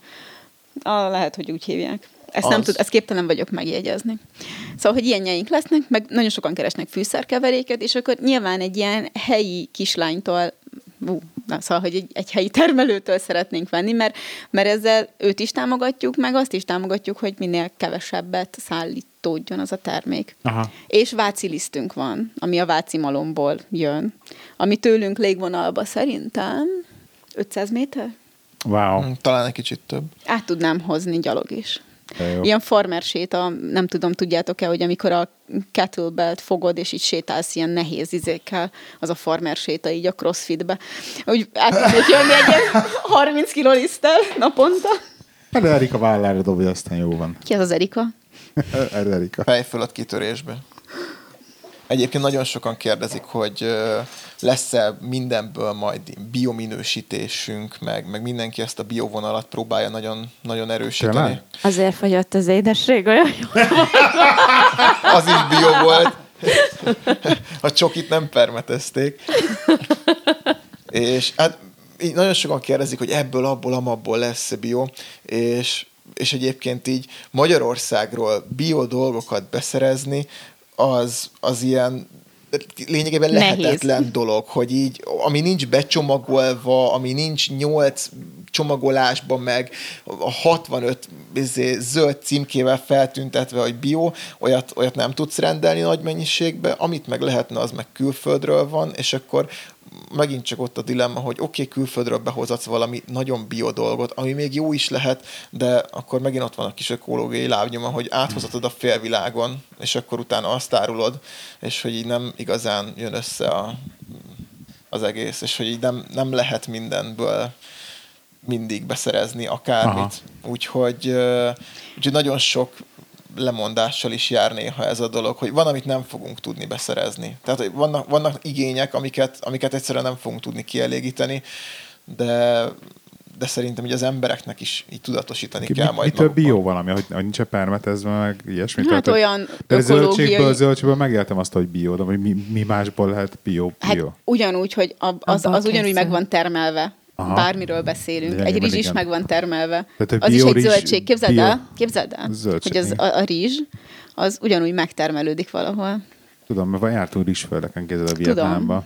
Ah, lehet, hogy úgy hívják. Ezt Az. nem tud, ezt képtelen vagyok megjegyezni. Szóval, hogy ilyenjeink lesznek, meg nagyon sokan keresnek fűszerkeveréket, és akkor nyilván egy ilyen helyi kislánytól, ú, na, szóval, hogy egy, egy helyi termelőtől szeretnénk venni, mert, mert ezzel őt is támogatjuk, meg azt is támogatjuk, hogy minél kevesebbet szállítódjon az a termék. Aha. És váci lisztünk van, ami a váci malomból jön, ami tőlünk légvonalba szerintem ötszáz méter? Wow. Mm, Talán egy kicsit több. Át tudnám hozni gyalog is. De jó. Ilyen farmer séta, nem tudom, tudjátok-e, hogy amikor a kettlebelt fogod, és így sétálsz ilyen nehéz izékkel, az a farmer séta így a crossfitbe. Úgy át tudnék jönni egy ilyen harminc kiló liszttel naponta. Hát Erika vállára dobja, aztán jó van. Ki az az Erika? Ez Erika. Fej fölött kitörésbe. Egyébként nagyon sokan kérdezik, hogy ö, lesz-e mindenből majd biominősítésünk, meg, meg mindenki ezt a biovonalat próbálja nagyon, nagyon erősíteni. Tényleg? Azért fogyott az édesség olyan jó. Az is bio volt. A csokit nem permetezték. És hát így nagyon sokan kérdezik, hogy ebből, abból, amabból lesz bio, és, és egyébként így Magyarországról bio dolgokat beszerezni, az, az ilyen lényegében lehetetlen Nehéz. dolog, hogy így, ami nincs becsomagolva, ami nincs nyolc csomagolásban, meg a hatvanöt izé, zöld címkével feltüntetve, hogy bio, olyat, olyat nem tudsz rendelni nagy mennyiségbe, amit meg lehetne, az meg külföldről van, és akkor megint csak ott a dilemma, hogy oké, okay, külföldről behozatsz valami nagyon bio dolgot, ami még jó is lehet, de akkor megint ott van a kis ökológiai lábnyoma, hogy áthozatod a félvilágon, és akkor utána azt árulod, és hogy így nem igazán jön össze a, az egész, és hogy így nem, nem lehet mindenből mindig beszerezni akármit. Úgyhogy, úgyhogy nagyon sok lemondással is jár néha ez a dolog, hogy van, amit nem fogunk tudni beszerezni. Tehát hogy vannak, vannak igények, amiket, amiket egyszerűen nem fogunk tudni kielégíteni, de, de szerintem így az embereknek is így tudatosítani Ki, kell mi, majd mitől magukban. bio valami, hogy, hogy nincs permetezve, meg ilyesmi? Hát Tehát, olyan de ökológiai... zöldségből, zöldségből megéltem azt, hogy bio, de hogy mi, mi másból lehet bio? Hát bio. ugyanúgy, hogy a, az, Abba az ugyanúgy készül. meg van termelve. Aha. Bármiről beszélünk. Igen, Egy igen, rizs is igen. meg van termelve. Tehát, hogy Az is bio egy rizs, zöldség. Képzeld bio- el, képzeld el, Zöldség, hogy az, igen. a, a rizs az ugyanúgy megtermelődik valahol. Tudom, mert jártunk rizsföldeken, képzeld a Vietnámba.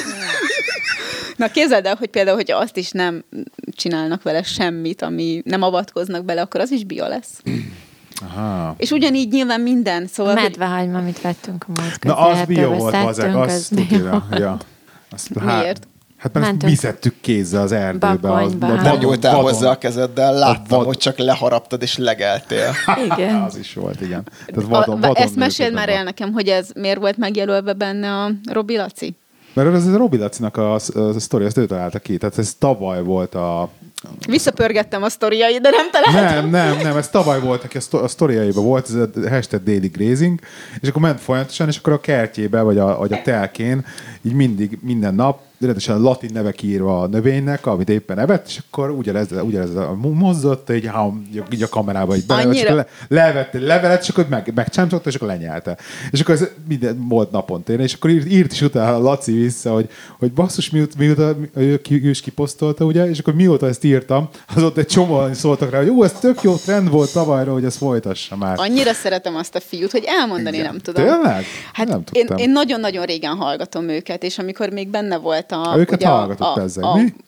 Na képzeld el, hogy például, hogy azt is nem csinálnak vele semmit, ami nem avatkoznak bele, akkor az is bio lesz. Aha. És ugyanígy nyilván minden, A szóval... hogy- medvehagyma, amit vettünk a múlt Na, az bio volt, bazeg, szedtünk, azt tudja. Ja. Azt, Miért? Hát mert Mentünk. vizettük kézzel az erdőbe. Bakonyba. Az, Nem nyúltál vadon. hozzá a kezeddel, láttam, vad- hogy csak leharaptad és legeltél. Igen. Az is volt, igen. Tehát A, vadon, vadon ezt meséld már nőtt el nekem, hogy ez miért volt megjelölve benne a Robi Laci? Mert ez a Robi Lacinak a, a, a sztori, ezt ő találta ki. Tehát ez tavaly volt a, Visszapörgettem a sztoriait, de nem találtam. Nem, nem, nem, ez tavaly volt, aki a, szto- a sztoriaiban volt, ez a hashtag Daily Grazing, és akkor ment folyamatosan, és akkor a kertjébe, vagy a, vagy a telkén, így mindig, minden nap, rendesen latin nevek írva a növénynek, amit éppen evett, és akkor ugyanez, ugyanez a mozzott, így, így a kamerába így bele, és le, levett egy levelet, és akkor meg, megcsámcsogta, és akkor lenyelte. És akkor ez minden volt naponta, és akkor írt, írt is utána a Laci vissza, hogy, hogy basszus, mióta, mióta ő, ő is kiposztolta, ugye, és akkor mióta ezt írtam, az ott egy csomóan szóltak rá, hogy jó, ez tök jó trend volt tavalyra, hogy ezt folytassa már. Annyira szeretem azt a fiút, hogy elmondani igen. nem tudom. Tényleg? Hát nem én, én nagyon-nagyon régen hallgatom őket, és amikor még benne volt a... Őket hallgatott ezzel, a, mi?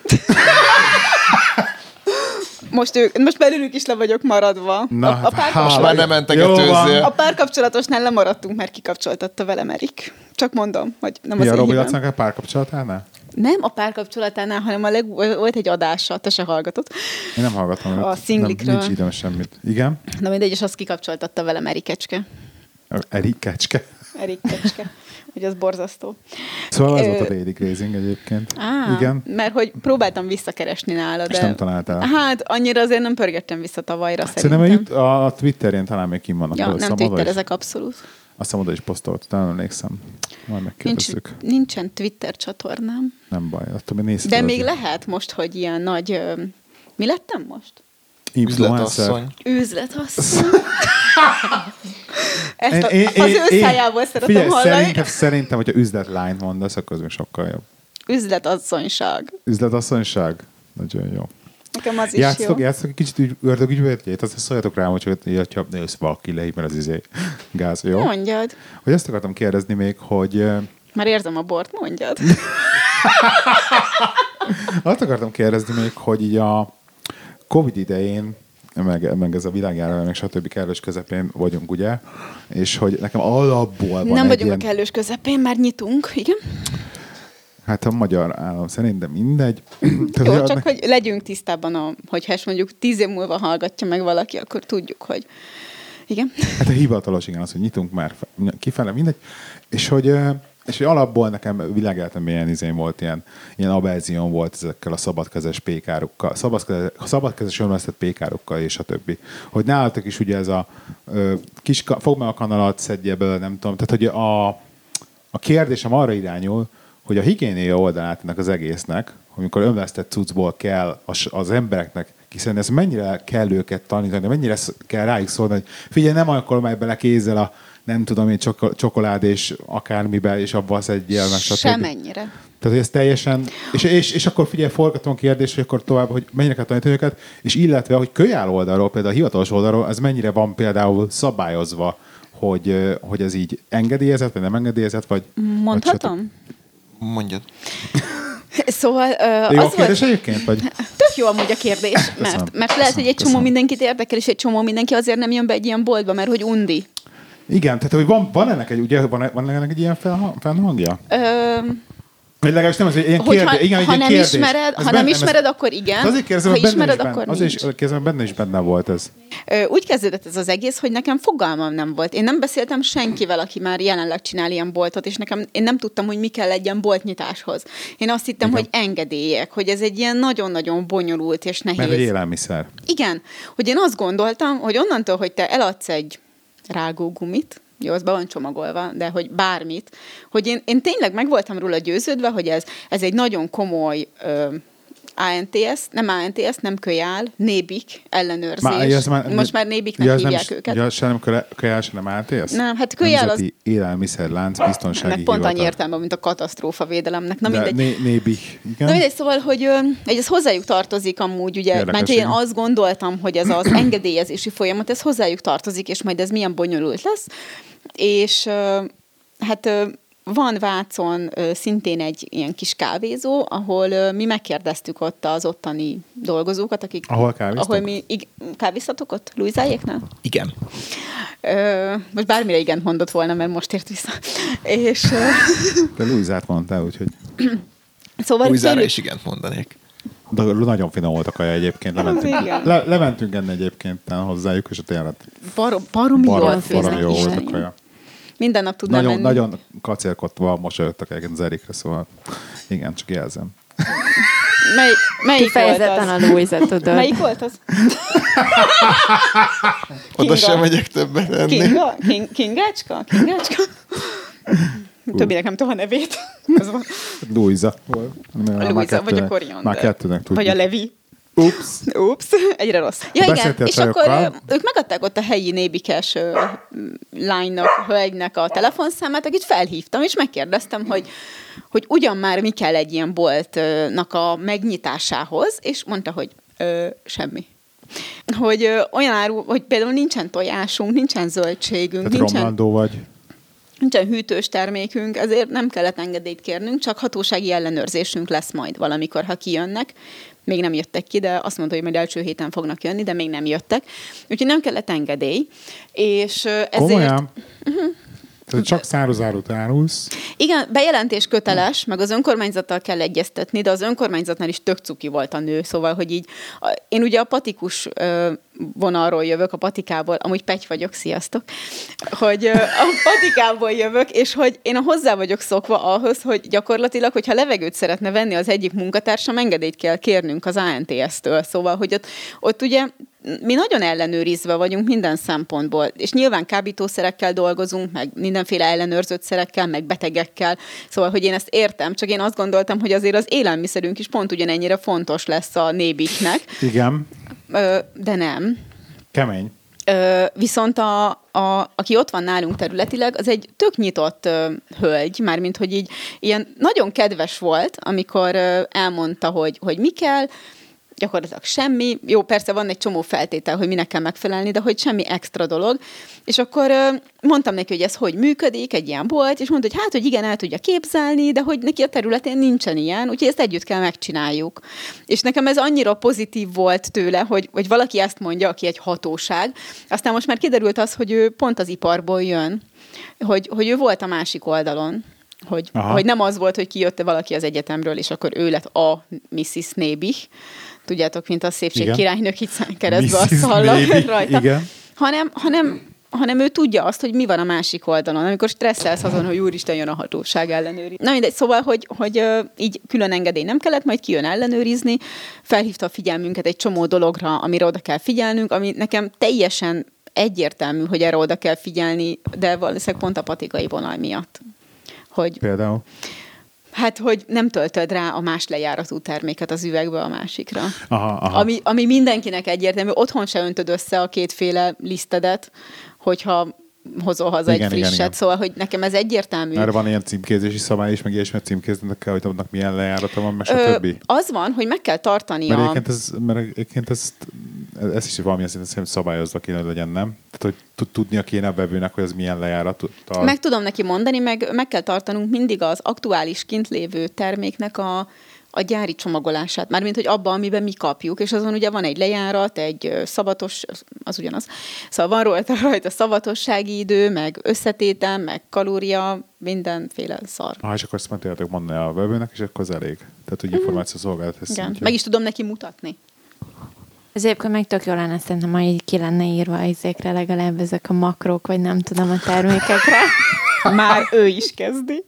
Most, ők, most belőlük is le vagyok maradva. Na, a, a pár, Most már nem mentegetőzzél. a párkapcsolatosnál lemaradtunk, mert kikapcsoltatta velem Erik. Csak mondom, hogy nem Mi az a én Robi hibám. Lacinak a párkapcsolatánál? Nem a párkapcsolatánál, hanem a leg, volt egy adása, te se hallgatod. Én nem hallgatom. A szinglikről. Nincs időm semmit. Igen? Na mindegy, és azt kikapcsoltatta velem Erikecske. Erikecske. Erikecske. Hogy az borzasztó. Szóval ez Ö... volt a Daily Grazing egyébként. Á, igen. Mert hogy próbáltam visszakeresni nála, És de... nem találtál. Hát annyira azért nem pörgettem vissza tavalyra Szerintem szerintem. a, a Twitterén talán még kim vannak. Ja, Azt nem hiszem, oda Twitter, is- ezek abszolút. Azt hiszem, oda is posztolt, talán emlékszem. Majd Nincs, megkérdezzük. nincsen Twitter csatornám. Nem baj, attól még nézd. De még lehet most, hogy ilyen nagy... Ö, mi lettem most? Influencer. Üzletasszony. Üzletasszony. Ezt Én- a, én- az én- ő én- szájából szeretem Figyelj, hallani. szerintem, szerintem, hogyha üzletlányt mondasz, akkor az még sokkal jobb. Üzletasszonyság. Üzletasszonyság? Nagyon jó. Nekem az is Játsztok, jó. játsztok egy kicsit ügy, ördögügyvédjét? Azt szóljatok rám, hogy ha nősz valaki lehív, mert az izé gáz, jó? Mondjad. Hogy azt akartam kérdezni még, hogy eh, Már érzem a bort, mondjad. azt akartam kérdezni még, hogy így a Covid idején, meg, meg ez a világjárvány, meg stb. Kellős közepén vagyunk, ugye? És hogy nekem alapból van Nem egy vagyunk ilyen, a kellős közepén, már nyitunk, igen. hát a magyar állam szerint, de mindegy. Jó, Tehát, csak hogy legyünk tisztában, a, hogyha ezt mondjuk tíz év múlva hallgatja meg valaki, akkor tudjuk, hogy igen. Hát a hivatalos, igen, az, hogy nyitunk már kifele, mindegy. És hogy, eh, és hogy alapból nekem világéletemben ilyen izén volt, ilyen, ilyen averzión volt ezekkel a szabadkezes pékárokkal, szabadkezes, szabadkezes önvesztett pékárokkal és a többi. Hogy nálatok is ugye ez a ö, kis, ka- fogd meg a kanalat, szedje belőle, nem tudom. Tehát, hogy a, a kérdésem arra irányul, hogy a higiénia oldalát ennek az egésznek, amikor önvesztett cuccból kell az, az embereknek kiszedni, ez mennyire kell őket tanítani, mennyire kell rájuk szólni, hogy figyelj, nem alkalmálj bele kézzel a nem tudom én, csoko- csokolád és akármiben, és abban szedjél meg, stb. Semennyire. Tehát, hogy ez teljesen... És, és, és akkor figyelj, forgatom a kérdést, hogy akkor tovább, hogy mennyire kell tanítani őket, és illetve, hogy kölyál oldalról, például a hivatalos oldalról, ez mennyire van például szabályozva, hogy, hogy ez így engedélyezett, vagy nem engedélyezett, vagy... Mondhatom? Mondjad. Szóval uh, Jó a az kérdés volt... egyébként? Vagy? Tök jó amúgy a kérdés, mert, Köszönöm. mert lehet, hogy egy csomó Köszönöm. mindenkit érdekel, és egy csomó mindenki azért nem jön be egy ilyen boltba, mert hogy undi. Igen, tehát hogy van, van ennek egy, ugye, van, van ennek egy ilyen felha- felhangja? Ö, Vagy legalábbis nem, ez egy ilyen Hogyha, kérdés. Igen, egy ha ilyen nem kérdés. ismered, Ez ha benne- nem ez- ismered, akkor igen. Azért kérdezem, ha hogy benne ismered, is benne, akkor azért nincs. is kérdezem, benne is benne volt ez. Ö, Úgy kezdődött ez az egész, hogy nekem fogalmam nem volt. Én nem beszéltem senkivel, aki már jelenleg csinál ilyen boltot, és nekem én nem tudtam, hogy mi kell egy ilyen boltnyitáshoz. Én azt hittem, Igen. hogy engedélyek, hogy ez egy ilyen nagyon-nagyon bonyolult és nehéz. Mert egy élelmiszer. Igen, hogy én azt gondoltam, hogy onnantól, hogy te eladsz egy rágógumit, jó, az be van csomagolva, de hogy bármit, hogy én, én tényleg meg voltam róla győződve, hogy ez, ez egy nagyon komoly ö, á en té es, nem á en té es, nem kölyál, nébik ellenőrzés. Már, ez már, Most már nébiknek ja, ez hívják nem, őket. Ja, se nem köle- kölyál, se nem á té es? Nem, hát kölyál az... Nemzeti élelmiszerlánc biztonsági Ennek pont annyi hivatal. értelme, mint a katasztrófa védelemnek. Na De mindegy. né, nébi, igen. Na mindegy, szóval, hogy, ö, hogy ez hozzájuk tartozik amúgy, ugye, Érdekes, mert én igen. azt gondoltam, hogy ez az engedélyezési folyamat, ez hozzájuk tartozik, és majd ez milyen bonyolult lesz. És ö, hát ö, van Vácon ö, szintén egy ilyen kis kávézó, ahol ö, mi megkérdeztük ott az ottani dolgozókat, akik... Ahol kávéztok? Ahol mi... Ig- kávéztatok ott? Luizájéknál? Igen. Ö, most bármire igent mondott volna, mert most ért vissza. És... Ö, De Luizát mondtál, úgyhogy szóval Luizára tőlük- is igent mondanék. de nagyon finom volt a kaja egyébként. Lementünk, igen. le, lementünk enni egyébként hozzájuk, és a tényleg Barom, baromi jól barom, főznek barom jó is. volt a kaja. Minden nap tudnám Nagyon, menni. nagyon kacérkodva mosolyogtak egyébként az Erikre, szóval igen, csak jelzem. Mely, melyik volt Kifejezetten az? a Luisa, tudod. Melyik volt az? Oda Kinga. sem megyek többet enni. Kinga? King, Kingácska? Kingácska? Többinek nem tudom a nevét. Az van. Luisa. volt. A Luisa, vagy a Coriander. Már kettőnek tudjuk. Vagy a Levi. Ups. Ups, egyre rossz. Ja, igen, Beszéltél és akkor csajokkal? ö, ők megadták ott a helyi nébikes ö, lánynak, hölgynek a telefonszámát, akit felhívtam, és megkérdeztem, hogy, hogy ugyan már mi kell egy ilyen boltnak a megnyitásához, és mondta, hogy ö, semmi. Hogy ö, olyan áru, hogy például nincsen tojásunk, nincsen zöldségünk, Tehát nincsen... romlandó vagy. Nincsen hűtős termékünk, ezért nem kellett engedélyt kérnünk, csak hatósági ellenőrzésünk lesz majd valamikor, ha kijönnek. Még nem jöttek ki, de azt mondta, hogy majd első héten fognak jönni, de még nem jöttek. Úgyhogy nem kellett engedély. És ezért... Komolyan? Uh-huh. Tehát csak szárazárut árulsz. Igen, bejelentés köteles, meg az önkormányzattal kell egyeztetni, de az önkormányzatnál is tök cuki volt a nő, szóval, hogy így, a, én ugye a patikus ö, vonalról jövök, a patikából, amúgy Pety vagyok, sziasztok, hogy ö, a patikából jövök, és hogy én hozzá vagyok szokva ahhoz, hogy gyakorlatilag, hogyha levegőt szeretne venni az egyik munkatársam, engedélyt kell kérnünk az á en té es-től, szóval, hogy ott, ott ugye mi nagyon ellenőrizve vagyunk minden szempontból, és nyilván kábítószerekkel dolgozunk, meg mindenféle ellenőrzött szerekkel, meg betegekkel, szóval, hogy én ezt értem, csak én azt gondoltam, hogy azért az élelmiszerünk is pont ugyanennyire fontos lesz a nébiknek. Igen. Ö, de nem. Kemény. Ö, viszont a, a, aki ott van nálunk területileg, az egy tök nyitott ö, hölgy, mármint, hogy így ilyen nagyon kedves volt, amikor ö, elmondta, hogy, hogy mi kell, gyakorlatilag semmi. Jó, persze van egy csomó feltétel, hogy minek kell megfelelni, de hogy semmi extra dolog. És akkor ö, mondtam neki, hogy ez hogy működik, egy ilyen bolt, és mondta, hogy hát, hogy igen, el tudja képzelni, de hogy neki a területén nincsen ilyen, úgyhogy ezt együtt kell megcsináljuk. És nekem ez annyira pozitív volt tőle, hogy, hogy valaki ezt mondja, aki egy hatóság. Aztán most már kiderült az, hogy ő pont az iparból jön, hogy, hogy ő volt a másik oldalon. Hogy, hogy nem az volt, hogy kijött valaki az egyetemről, és akkor ő lett a missziz Nébich. Tudjátok, mint a szépség királynők itt keresztbe a szallag rajta. Igen. Hanem, hanem, hanem ő tudja azt, hogy mi van a másik oldalon, amikor stresszelsz azon, hogy úristen, jön a hatóság ellenőrizni. Na mindegy, szóval, hogy, hogy uh, így külön engedély nem kellett, majd kijön ellenőrizni, felhívta a figyelmünket egy csomó dologra, amire oda kell figyelnünk, ami nekem teljesen egyértelmű, hogy erre oda kell figyelni, de valószínűleg pont a patikai vonal miatt. Hogy, például? Hát, hogy nem töltöd rá a más lejáratú terméket az üvegbe a másikra. Aha, aha. Ami, ami mindenkinek egyértelmű. Otthon se öntöd össze a kétféle lisztedet, hogyha hozol haza igen, egy frisset. Igen, igen. Szóval, hogy nekem ez egyértelmű. Erre van ilyen címkézési szabály is, meg ilyesmi címkéznek kell, hogy annak milyen lejárata van, meg stb. Az van, hogy meg kell tartani mert a... Egyébként ez, mert egyébként ez, ez is valamilyen szinten szabályozva kéne, hogy legyen, nem? Tehát, hogy tudnia kéne a vevőnek, hogy ez milyen lejárat. Meg tudom neki mondani, meg, meg kell tartanunk mindig az aktuális kint lévő terméknek a a gyári csomagolását, mármint, hogy abban, amiben mi kapjuk, és azon ugye van egy lejárat, egy szabatos, az ugyanaz, szóval van rajta, rajta szabatossági idő, meg összetétel, meg kalória, mindenféle szar. Ha, és akkor ezt meg tudjátok mondani a webőnek, és akkor az elég. Tehát, hogy információszolgáltatás szintjén. Meg is tudom neki mutatni. Ez egyébként meg tök jó lenne, szerintem, ha így ki lenne írva a izékre legalább ezek a makrók, vagy nem tudom, a termékekre. Már ő is kezdi.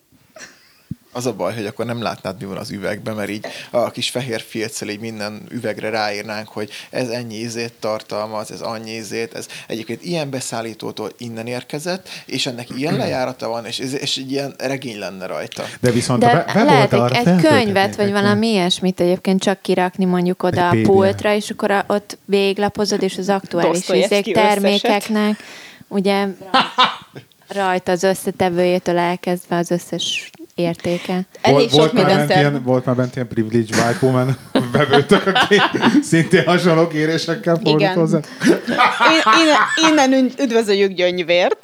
Az a baj, hogy akkor nem látnád, mi van az üvegben, mert így a kis fehér filccel így minden üvegre ráírnánk, hogy ez ennyi ízét tartalmaz, ez annyi ízét, ez egyébként ilyen beszállítótól innen érkezett, és ennek ilyen lejárata van, és, és egy ilyen regény lenne rajta. De viszont De a be, lehet egy, egy könyvet, vagy valami ilyesmit egyébként csak kirakni mondjuk oda a pultra, és akkor a, ott végiglapozod, és az aktuális ízék termékeknek, ugye rajta az összetevőjétől elkezdve az összes értéke. Elég volt, sok minden ilyen, volt már bent ilyen privileged white woman vevőtök, aki szintén hasonló kérésekkel fordult hozzá. Innen, innen üdvözöljük Gyöngyvért.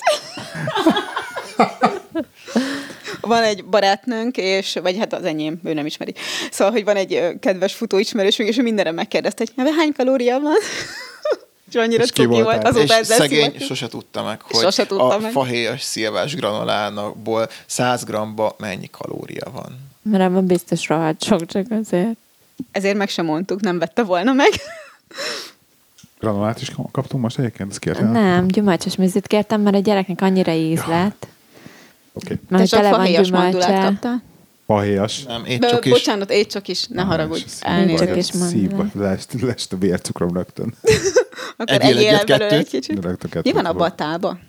Van egy barátnőnk, és, vagy hát az enyém, ő nem ismeri. Szóval, hogy van egy kedves futóismerősünk, és ő mindenre megkérdezte, hogy hány kalória van? És annyira cuki volt. Azóta és szegény szívek. Sose tudta meg, hogy sose tudta a meg. fahéjas szilvás granolából száz gramba mennyi kalória van. Mert abban biztos rohadt sok, csak azért. Ezért meg sem mondtuk, nem vette volna meg. Granolát is kaptunk most egyébként? Ezt kértem? Nem, gyümölcsös műzit kértem, mert a gyereknek annyira íz lett. Oké. Okay. Te csak fahéjas mandulát kaptál? Pahéjas. Nem, étcsok is. Bocsánat, étcsok is, ne haragudj. Elnézést is mondd. Szívba lest, lest a vércukrom rögtön. Akkor egyél belőle egy kicsit. Mi van abban a tálba?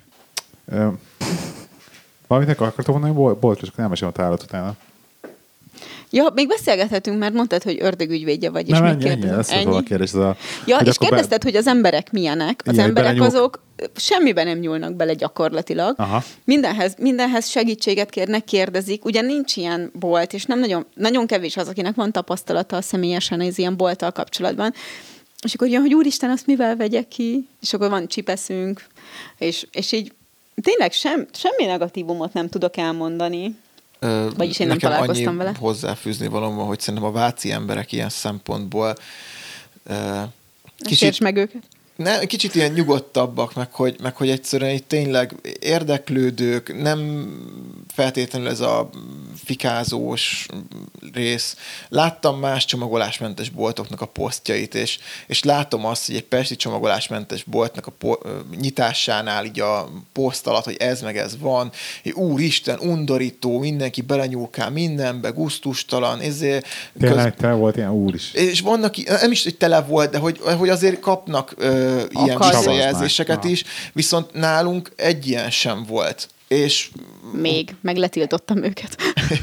Valamit akartam mondani, hogy boltos, akkor nem mesélem a tálat utána. Ja, még beszélgethetünk, mert mondtad, hogy ördögügyvédje vagy, és nem, még ennyi, kérdezem. ennyi, ez volt a kérdés. A, ja, és kérdezted, be... hogy az emberek milyenek. Az igen, emberek belenyúl... azok semmiben nem nyúlnak bele gyakorlatilag. Aha. Mindenhez, mindenhez segítséget kérnek, kérdezik. Ugye nincs ilyen bolt, és nem nagyon, nagyon kevés az, akinek van tapasztalata személyesen az ilyen bolttal kapcsolatban. És akkor jön, hogy úristen, azt mivel vegyek ki? És akkor van csipeszünk, és, és így tényleg sem, semmi negatívumot nem tudok elmondani. Ö, Vagyis én nem találkoztam vele. Hozzáfűzni valóban, hogy szerintem a váci emberek ilyen szempontból ö, kicsit, meg őket. Ne, kicsit ilyen nyugodtabbak, meg hogy, meg hogy egyszerűen itt tényleg érdeklődők, nem feltétlenül ez a fikázós rész. Láttam más csomagolásmentes boltoknak a posztjait, és, és látom azt, hogy egy pesti csomagolásmentes boltnak a po- nyitásánál így a poszt alatt, hogy ez meg ez van, hogy úristen, undorító, mindenki belenyúlkál mindenbe, gusztustalan, ezért... Tényleg köz... te volt ilyen úr is. És vannak, nem is, hogy tele volt, de hogy, hogy azért kapnak ö, ilyen visszajelzéseket is, viszont nálunk egy ilyen sem volt. És... Még, meg letiltottam őket.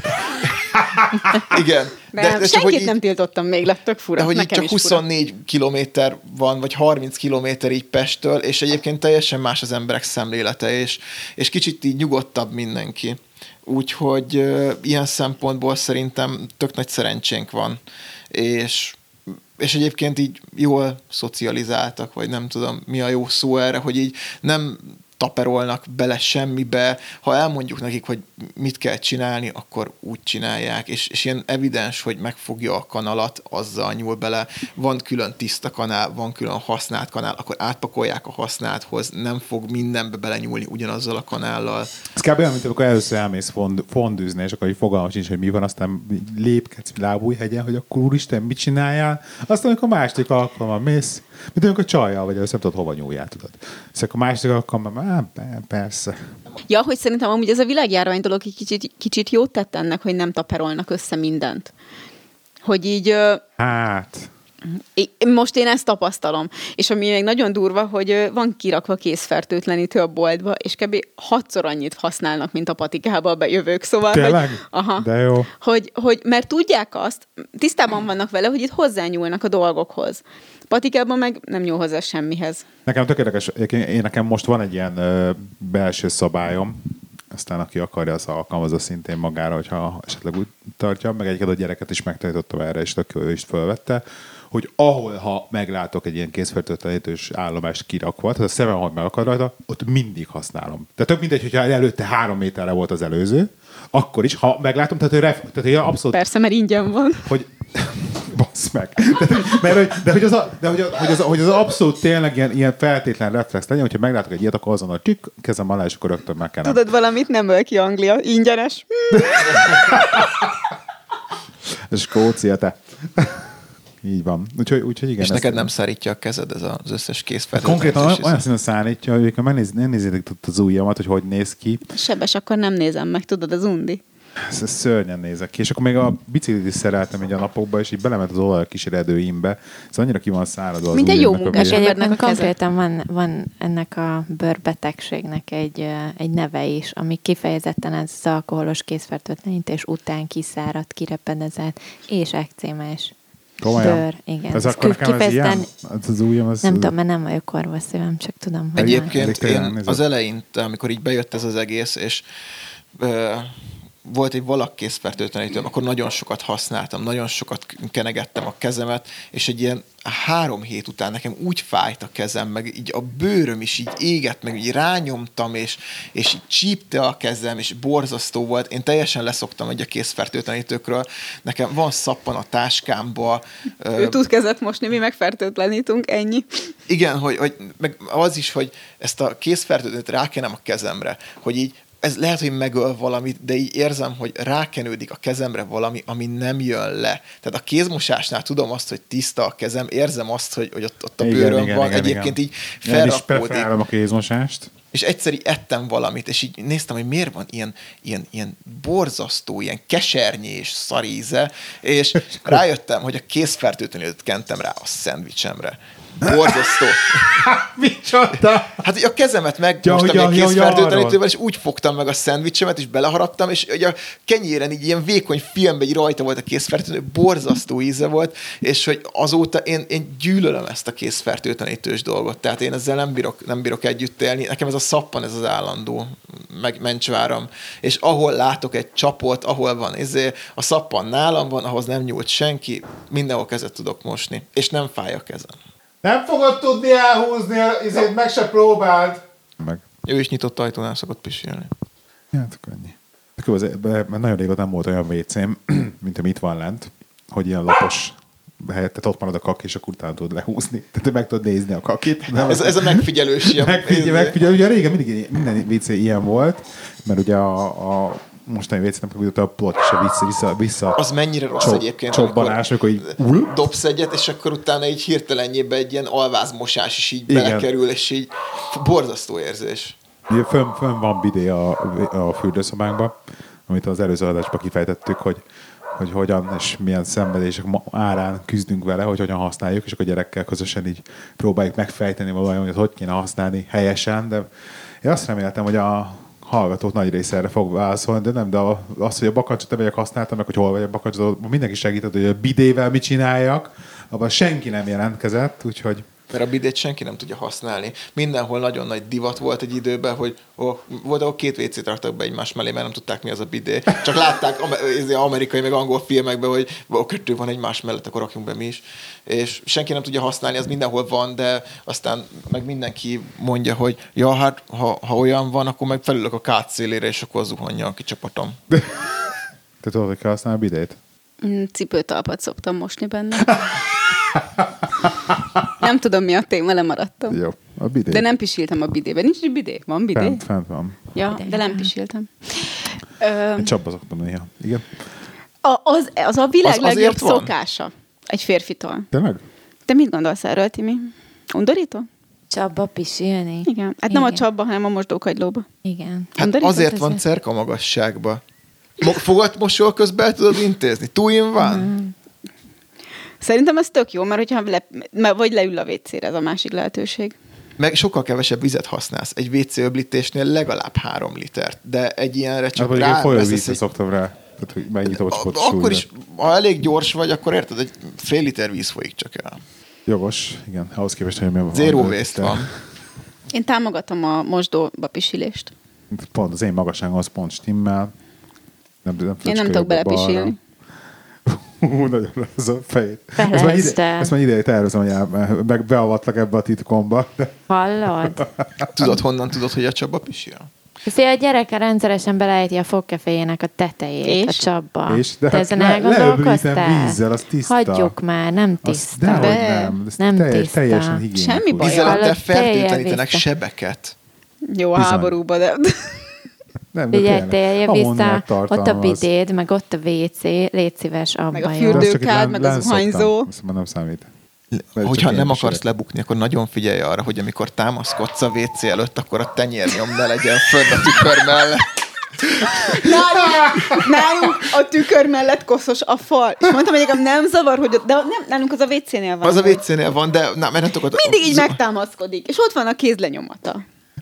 Igen. De, de, de senkit így, nem tiltottam még, lett tök fura. De hogy Nekem itt csak huszonnégy kilométer van, vagy harminc kilométer így Pesttől, és egyébként teljesen más az emberek szemlélete, és, és kicsit így nyugodtabb mindenki. Úgyhogy uh, ilyen szempontból szerintem tök nagy szerencsénk van. És és egyébként így jól szocializáltak, vagy nem tudom, mi a jó szó erre, hogy így nem taperolnak bele semmibe. Ha elmondjuk nekik, hogy mit kell csinálni, akkor úgy csinálják, és, és ilyen evidens, hogy megfogja a kanalat, azzal nyúl bele. Van külön tiszta kanál, van külön használt kanál, akkor átpakolják a használthoz, nem fog mindenbe belenyúlni ugyanazzal a kanállal. Ez kb. Olyan, mint amikor először elmész fond, fondűzni, és akkor így fogalmas nincs, hogy mi van, aztán lépkedsz Lábújhegyen, hogy akkor úristen, mit csináljál? Aztán, amikor második alkalommal mész, mint amikor csajjal vagy, először nem tudod, hova nyúljál, tudod. És akkor második alkalommal, á, persze. Ja, hogy szerintem amúgy ez a világjárvány dolog kicsit, kicsit jót tett ennek, hogy nem taperolnak össze mindent. Hogy így... Hát... Most én ezt tapasztalom. És ami még nagyon durva, hogy van kirakva készfertőtlenítő a boltba, és kb. hatszor annyit használnak, mint a patikába a bejövők. Szóval, tényleg? Hogy, aha, de jó. Hogy, hogy, mert tudják azt, tisztában vannak vele, hogy itt hozzányúlnak a dolgokhoz. Patikában meg nem nyúl hozzá semmihez. Nekem tökéletes, én nekem most van egy ilyen ö, belső szabályom, aztán aki akarja, az alkalmazza szintén magára, hogyha esetleg úgy tartja, meg egyiket a gyereket is megtanítottam erre, és tök ő is fölvette, hogy ahol, ha meglátok egy ilyen készfertőtlenítős állomást kirakva, tehát a szemem, ahogy meg akar rajta, ott mindig használom. Tehát tök mindegy, hogyha előtte három méterre volt az előző, akkor is, ha meglátom, tehát ő, ref, tehát ő abszolút... Persze, mert ingyen van. Hogy... Bassz meg. De, mert, de, hogy, az, a, de hogy, a, hogy, az, hogy az abszolút tényleg ilyen, ilyen feltétlen reflex legyen, hogyha meglátok egy ilyet, akkor azon a tükk, kezem alá, és akkor rögtön meg kell. Tudod, valamit nem öl ki Anglia. Ingyenes. Ez Skócia, te. Így van. Úgyhogy, úgyhogy igen. És neked nem szárítja a kezed ez az összes készfertőtlenítés? Konkrétan olyan, olyan színen szárítja, hogy megnéz, nem nézzétek az ujjamat, hogy hogy néz ki. Sebes, akkor nem nézem meg, tudod, az undi. Ez, ez szörnyen nézek ki. És akkor még a biciklit is szereltem egy a napokba, és így belement az olaj a kis redőimbe. Ez annyira ki van száradva az mint egy jó munkás embernek a konkrétan van, van ennek a bőrbetegségnek egy, egy neve is, ami kifejezetten ez az alkoholos készfertőtlenítés után kiszáradt, kirepedezett és ekcémás. Komolyan? Bőr, igen. Ez akkor nekem ez ilyen? Ez az ujjam, az... Nem tudom, mert nem vagyok orvosszívem, csak tudom, hogy... Egyébként én az elején, amikor így bejött ez az egész, és ö, volt egy valakkészfertőtlenítőm, akkor nagyon sokat használtam, nagyon sokat kenegettem a kezemet, és egy ilyen három hét után nekem úgy fájt a kezem, meg így a bőröm is így égett, meg így rányomtam, és, és így csípte a kezem, és borzasztó volt. Én teljesen leszoktam egy a készfertőtlenítőkről. Nekem van szappan a táskámba. Ő tud kezet mosni, mi megfertőtlenítünk, ennyi. Igen, hogy, hogy meg az is, hogy ezt a készfertőtlenítőt rákenem a kezemre, hogy így ez lehet, hogy megöl valamit, de így érzem, hogy rákenődik a kezemre valami, ami nem jön le. Tehát a kézmosásnál tudom azt, hogy tiszta a kezem, érzem azt, hogy, hogy ott, ott a bőröm igen, van, igen, egyébként igen. így felrakódik. Én is preferálom a kézmosást. És egyszer így ettem valamit, és így néztem, hogy miért van ilyen, ilyen, ilyen borzasztó, ilyen kesernyés szaríze, és rájöttem, hogy a kézfertőtlenítőt kentem rá a szendvicsemre. Borzasztó. Micsoda? Hát a kezemet megmostam ja, ilyen ja, kézfertőtlenítővel, és úgy fogtam meg a szendvicsemet, és beleharaptam, és ugye a kenyéren így ilyen vékony filmben így rajta volt a kézfertőtlenítő, borzasztó íze volt, és hogy azóta én, én gyűlölöm ezt a kézfertőtlenítős dolgot, tehát én ezzel nem bírok, nem bírok együtt élni. Nekem ez a szappan, ez az állandó meg mencsváram. És ahol látok egy csapot, ahol van ezért, a szappan nálam van, ahhoz nem nyúlt senki, mindenhol kezet tudok mosni, és nem fáj a kezem. Nem fogod tudni elhúzni, ezért meg se próbáld. Meg. Ő is nyitott ajtónál szokott pisilni. Hát akkor ennyi. Mert nagyon régóta nem volt olyan vécém, mint ami itt van lent, hogy ilyen lapos helyett, ott marad a kaki, és akkor utána tudod lehúzni. Tehát meg tudod nézni a kakit. Nem? Ez, ez a megfigyelős ilyen. Megfigyel, megfigyel. Ugye régen mindig minden vécé ilyen volt, mert ugye a, a mostani vécé nem tudod, a plot is vissza, vissza, vissza. Az mennyire rossz csob, egyébként, csobbanás, amikor így dobsz egyet, és akkor utána így hirtelenjébe egy ilyen alvázmosás is így igen. belekerül, és így borzasztó érzés. Ugye fönn, fönn van bidé a, a fürdőszobánkban, amit az előző adásban kifejtettük, hogy, hogy hogyan és milyen szenvedések árán küzdünk vele, hogy hogyan használjuk, és akkor a gyerekkel közösen így próbáljuk megfejteni valahogy, hogy hogy kéne használni helyesen, de én azt reméltem, hogy a hallgatók nagy része erre fog válaszolni, de nem, de az, hogy a bakancsot nem vagyok használtam, meg hogy hol vagy a bakancsot, mindenki segített, hogy a bidével mit csináljak, abban senki nem jelentkezett, úgyhogy... Mert a bidét senki nem tudja használni. Mindenhol nagyon nagy divat volt egy időben, hogy oh, volt, ahol két vécét raktak be egymás mellé, mert nem tudták, mi az a bidé. Csak látták amerikai, meg angol filmekben, hogy oh, kettő van egymás mellett, akkor rakjunk be mi is. És senki nem tudja használni, az mindenhol van, de aztán meg mindenki mondja, hogy ja, hát ha, ha olyan van, akkor meg felülök a kád szélére, és akkor zuhanja, kicsapatom. Te tudod, hogy kell használni a bidét? Cipőtalpat szoktam mosni benne. Nem tudom, mi a téma, lemaradtam. Jó, a bidé. De nem pisiltem a bidébe. Nincs egy bidé? Van bidé? Fent, fent van. Ja, de nem pisiltem. Ö... Csapba szoktam néha. Igen. A, az, az a világ az legjobb van? szokása egy férfitől. Tényleg? Te mit gondolsz erről, Timi? Undorító? Csapba pisilni? Igen. Hát Igen. nem a csapba, hanem a mosdókagylóba. Igen. Hát Undorító azért ez van ez? cerka magasságba. Fogatmosol közben el tudod intézni. Two in one? Mm. Szerintem ez tök jó, mert hogyha le, vagy leül a vécére, ez a másik lehetőség. Meg sokkal kevesebb vizet használsz. Egy vé cé öblítésnél legalább három litert, de egy ilyenre csak hát, rá... Folyóvízre egy... szoktam rá. Tehát, hogy mennyit a, akkor is, ha elég gyors vagy, akkor érted, egy fél liter víz folyik csak el. Jogos, igen. Ahhoz képest, hogy mi van. Zero waste van. Én támogatom a mosdóba pisilést. Pont az én magasságom az pont stimmel. Nem, nem Én nem tudok belepisilni. Hú, nagyon lesz a fejét. Ezt már, ide, ezt már ideje tervezem, hogy el, meg beavatlak ebbe a titkomba. Hallod? Tudod, honnan tudod, hogy a Csaba pisil? Szia, a gyereke rendszeresen belejti a fogkeféjének a tetejét és? a csapba. És? De te hát ezen le, elgondolkoztál? vízzel, az tiszta. Hagyjuk már, nem tiszta. Az, dehogy nem. Ez nem teljes, tiszta. teljesen higiénikus. Semmi baj. Vízzel fertőtlenítenek vissza. sebeket. Jó, a háborúba, de... Nem, de Figyelj, tényleg. térje vissza, Ammóniát ott a tartalmaz. bidéd, meg ott a vé cé, légy szíves, abban Meg a jó. fürdő- De azt csak itt Kád, len- meg az lenszoktam. zuhanyzó. Azt már nem számít. Mert Hogyha csak én nem is akarsz érek. lebukni, akkor nagyon figyelj arra, hogy amikor támaszkodsz a vé cé előtt, akkor a tenyérnyom ne legyen fönn a tükör mellett. Nálunk, nálunk a tükör mellett koszos a fal. És mondtam, hogy nekem nem zavar, hogy... De nem, nálunk az a vé cénél van. Az a vé cénél van, de na, mert nem tudod... Mindig így megtámaszkodik. És ott van a kézlenyomata.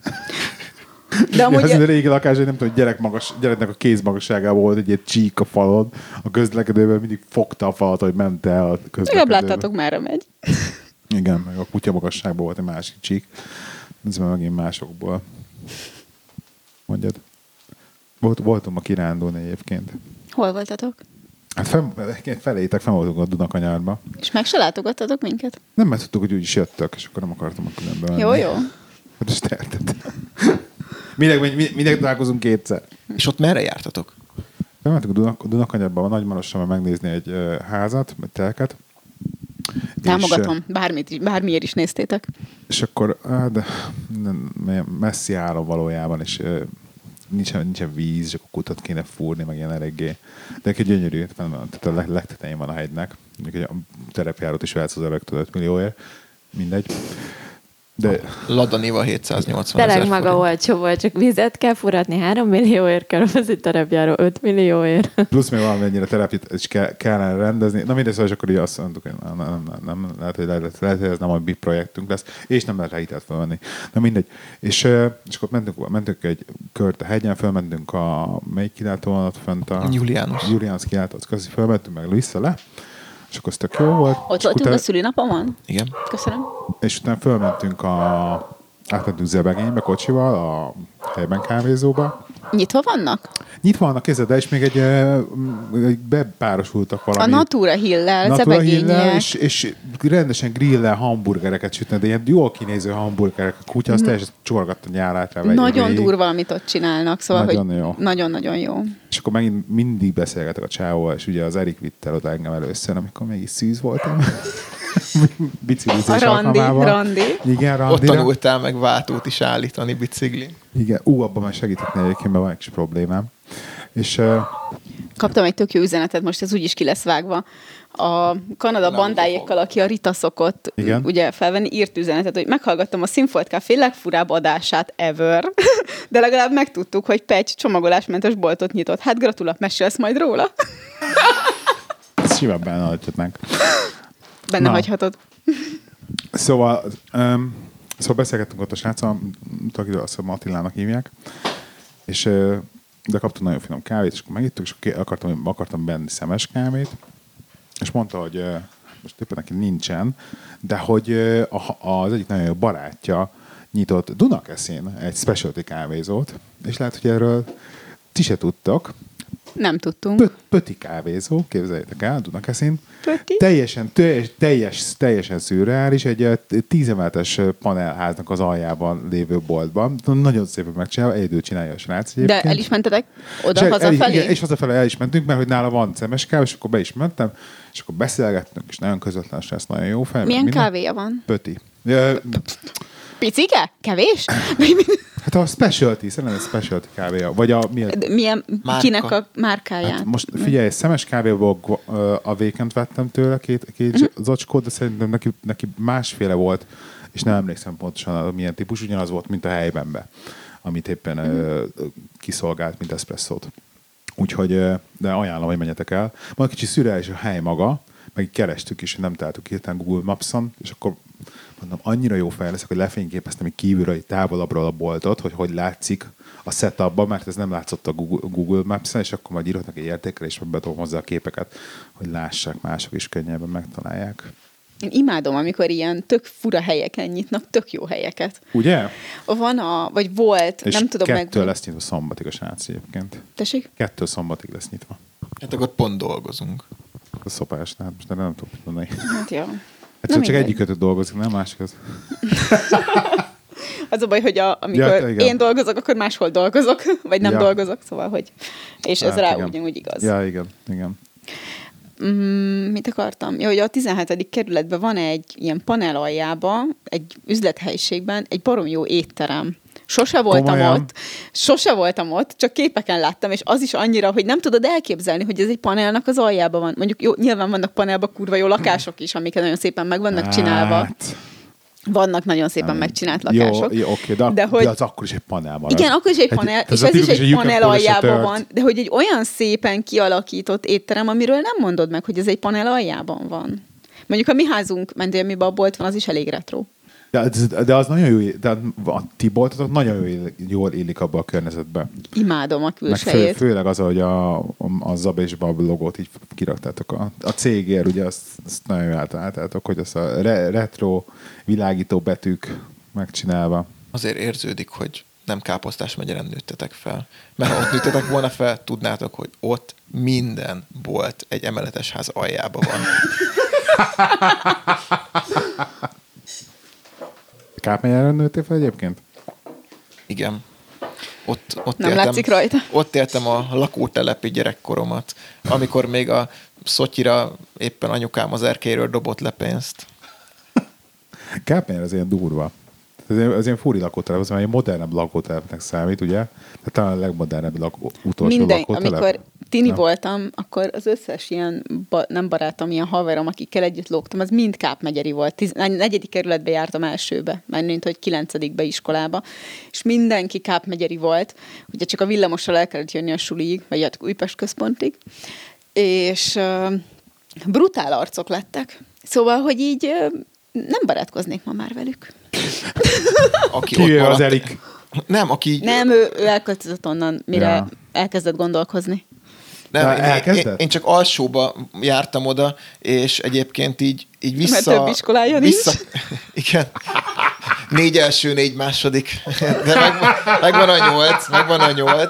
De De amúgy... az a régi lakás, hogy nem tudom, gyerek magas, gyereknek a kéz magasságában volt egy ilyen csík a falon, a közlekedőben mindig fogta a falat, hogy ment el a Legalább közlekedőben. láttátok, merre megy. Igen, meg a kutya magasságban volt egy másik csík. Ez már megint másokból. Mondjad. Volt, voltunk a kirándulni egyébként. Hol voltatok? Hát fel, felétek, fel voltunk a Dunakanyárba. És meg se látogattatok minket? Nem, mert tudtuk, hogy úgyis jöttök, és akkor nem akartam a különben. Jó, jó. Hát ezt érted. Minek, minek találkozunk kétszer? És ott merre jártatok? Bementünk a Dunak, Dunakanyarba, a Nagymarosra megnézni egy uh, házat, egy telket. Támogatom. És, Bármit is, bármiért is néztétek. és akkor uh, de, messzi állom valójában, és uh, nincsen, nincsen víz, csak a kutat kéne fúrni, meg ilyen eléggé. De egy gyönyörű, tehát a leg, legtetején van a hegynek. A terepjárót is vehetsz az öt millióért. Mindegy. De Ladanival hétszáznyolcvan ezer Tényleg maga olcsó volt, csak vizet kell furatni három millióért, kerepezni terepjára öt millióért. Plusz még valamennyire terepit is ke- kellene rendezni. Na mindegy, szóval, és akkor így azt mondtuk, hogy nem, nem, nem, nem lehet, hogy lehet, lehet, hogy ez nem a mi projektünk lesz, és nem lehet rá hitelt felvenni. Na mindegy. És, és akkor mentünk, mentünk egy kört a hegyen, fölmentünk a melyik kilátóan ott fönt a Julianus. Julianus kilátót, köszi, fölmentünk meg vissza le, és akkor ez tök jó volt. Ott voltunk utána... a szülinapomon? Igen. Köszönöm. És utána fölmentünk a átmentünk Zebegénybe kocsival, a helyben kávézóba. Nyitva vannak? Nyitva vannak, kézzel, de is még egy, egy bepárosultak valami. A Natura Hill-lel, Natura Hill-lel, és, és rendesen grill-lel hamburgereket sütnek, de ilyen jól kinéző hamburgerek. A kutya az teljesen csorgatta nyálát rá. Nagyon durva, amit ott csinálnak, szóval nagyon hogy jó. Nagyon-nagyon jó. És akkor megint mindig beszélgetek a csávóval, és ugye az Erik vitt el oda engem először, amikor még is szűz voltam. Biciklizés alkalmával. Randi. Igen, Randira. Ott tanultál meg váltót is állítani biciklin. Igen, ú, abban már segítetni egyébként, mert van egy kis problémám. És, uh... kaptam egy tök jó üzenetet, most ez úgyis ki lesz vágva. A Kanada bandáékkal, aki a Rita szokott Igen. ugye felvenni, írt üzenetet, hogy meghallgattam a Színfolt Café legfurább adását ever, de legalább megtudtuk, hogy Pecs csomagolásmentes boltot nyitott. Hát gratulálok, mesélsz majd róla? Ezt simán benne hagyhatnánk. Benne Na. hagyhatod. Szóval, um, szóval beszélgettünk ott a sráccal, tudok ide, azt hiszem Attilának hívják, és de kaptunk nagyon finom kávét, és akkor megittük, és akartam, akartam benni szemes kávét, és mondta, hogy most éppen neki nincsen, de hogy az egyik nagyon jó barátja nyitott Dunakeszin egy specialty kávézót, és lehet, hogy erről ti se tudtok. Nem tudtunk. Pö- pöti kávézó, képzeljétek el, Dunakeszin. Pöti? Teljesen, teljes, teljes, teljesen szürreális, egy tízemeletes panelháznak az aljában lévő boltban. Nagyon szépen megcsinálva, egyedül csinálja a srác egyébként. De el is mentetek oda hazafelé? Igen, és hazafelé el is mentünk, mert hogy nála van szemes kávé, és akkor be is mentem, és akkor beszélgettünk, és nagyon közvetlen srác, nagyon jó fej. Milyen kávéja van? Pöti. Picike? Kevés? Hát a specialty, szerintem egy specialty kávéja. Vagy a... Milyen, milyen Márka. Kinek a márkáját? Hát most figyelj, szemes kávéból a Vékent vettem tőle két, két uh-huh. zacskót, de szerintem neki, neki másféle volt, és nem emlékszem pontosan, milyen típus, ugyanaz volt, mint a helyben be, amit éppen uh-huh. uh, kiszolgált, mint eszpresszót. Úgyhogy, de ajánlom, hogy menjetek el. Van kicsi szürreális a hely maga, meg kerestük is, nem találtuk hirtelen Google Maps-on, és akkor mondom, annyira jó fej leszek, hogy lefényképeztem egy kívülről, egy távolabbról a boltot, hogy hogy látszik a setupban, mert ez nem látszott a Google, Google Maps-en, és akkor majd írhatnak egy értékre, és beadom hozzá a képeket, hogy lássák, mások is könnyebben megtalálják. Én imádom, amikor ilyen tök fura helyeken nyitnak, tök jó helyeket. Ugye? Van a, vagy volt, és nem tudom meg. És kettő lesz nyitva szombatig a srác egyébként. Tessék? Kettő szombatig lesz nyitva. Hát akkor pont dolgozunk. A szopás, hát most nem tudok mondani. Hát jó. Hát csak, csak egyikőtött dolgozik, nem másik az. Az a baj, hogy a, amikor ja, én dolgozok, akkor máshol dolgozok, vagy nem ja. dolgozok, szóval, hogy... És ez hát, rá igen. ugyanúgy igaz. Ja, igen, igen. Mm, mit akartam? Ja, hogy a tizenhetedik kerületben van egy ilyen panel aljában, egy üzlethelyiségben, egy barom jó étterem. Sose voltam Komolyan? ott, sose voltam ott, csak képeken láttam, és az is annyira, hogy nem tudod elképzelni, hogy ez egy panelnak az aljában van. Mondjuk jó, nyilván vannak panelban kurva jó lakások is, amiket nagyon szépen meg vannak csinálva. Hát. Vannak nagyon szépen hát. megcsinált lakások. Jó, jó oké, de, de, hogy, de az akkor is egy panel van. Igen, akkor is egy panel, egy, és ez is egy panel aljában van, de hogy egy olyan szépen kialakított étterem, amiről nem mondod meg, hogy ez egy panel aljában van. Mondjuk a mi házunk mentén, amiben a bolt van, az is elég retro. De, de az nagyon jó, de a ti boltotok nagyon jó, jól illik abba a környezetbe. Imádom a külsejét. Meg fő, főleg az, hogy a, a Zab és Bab logót így kiraktátok. A, a cégért, ugye azt, azt nagyon jól átálltátok, hogy azt a re, retro világító betűk megcsinálva. Azért érződik, hogy nem Káposztás megyeren nőttetek fel. Mert ha ott nőttetek volna fel, tudnátok, hogy ott minden bolt egy emeletes ház aljában van. Kápmegyeren nőttél fel egyébként? Igen. Ott, ott nem éltem, látszik rajta. Ott éltem a lakótelepi gyerekkoromat, amikor még a Szotyira éppen anyukám az erkélyről dobott le pénzt. Kápmelyer az ilyen durva. Ez ilyen, az ilyen furi lakótelep, az már egy modernebb lakótelepnek számít, ugye? Tehát talán a legmodernebb lakó, utolsó Minden, lakótelep. amikor tini Na. voltam, akkor az összes ilyen, ba, nem barátom, ilyen haverom, akikkel együtt lógtam, az mind Kápmegyeri volt. Tiz, negyedik kerületbe jártam elsőbe, mert hogy kilencedikbe iskolába, és mindenki Kápmegyeri volt. Ugye csak a villamossal el kellett jönni a suliig, vagy a Újpest központig, és uh, brutál arcok lettek. Szóval, hogy így uh, nem barátkoznék ma már velük. Aki Ki az Erik? Nem, aki... Nem, ő, ő elköltözött onnan, mire ja. elkezdett gondolkozni. Nem, én, én, én csak alsóba jártam oda, és egyébként így, így vissza... Mert több iskolája vissza, nincs. Igen. Négy első, négy második. De megvan, megvan a nyolc, megvan a nyolc.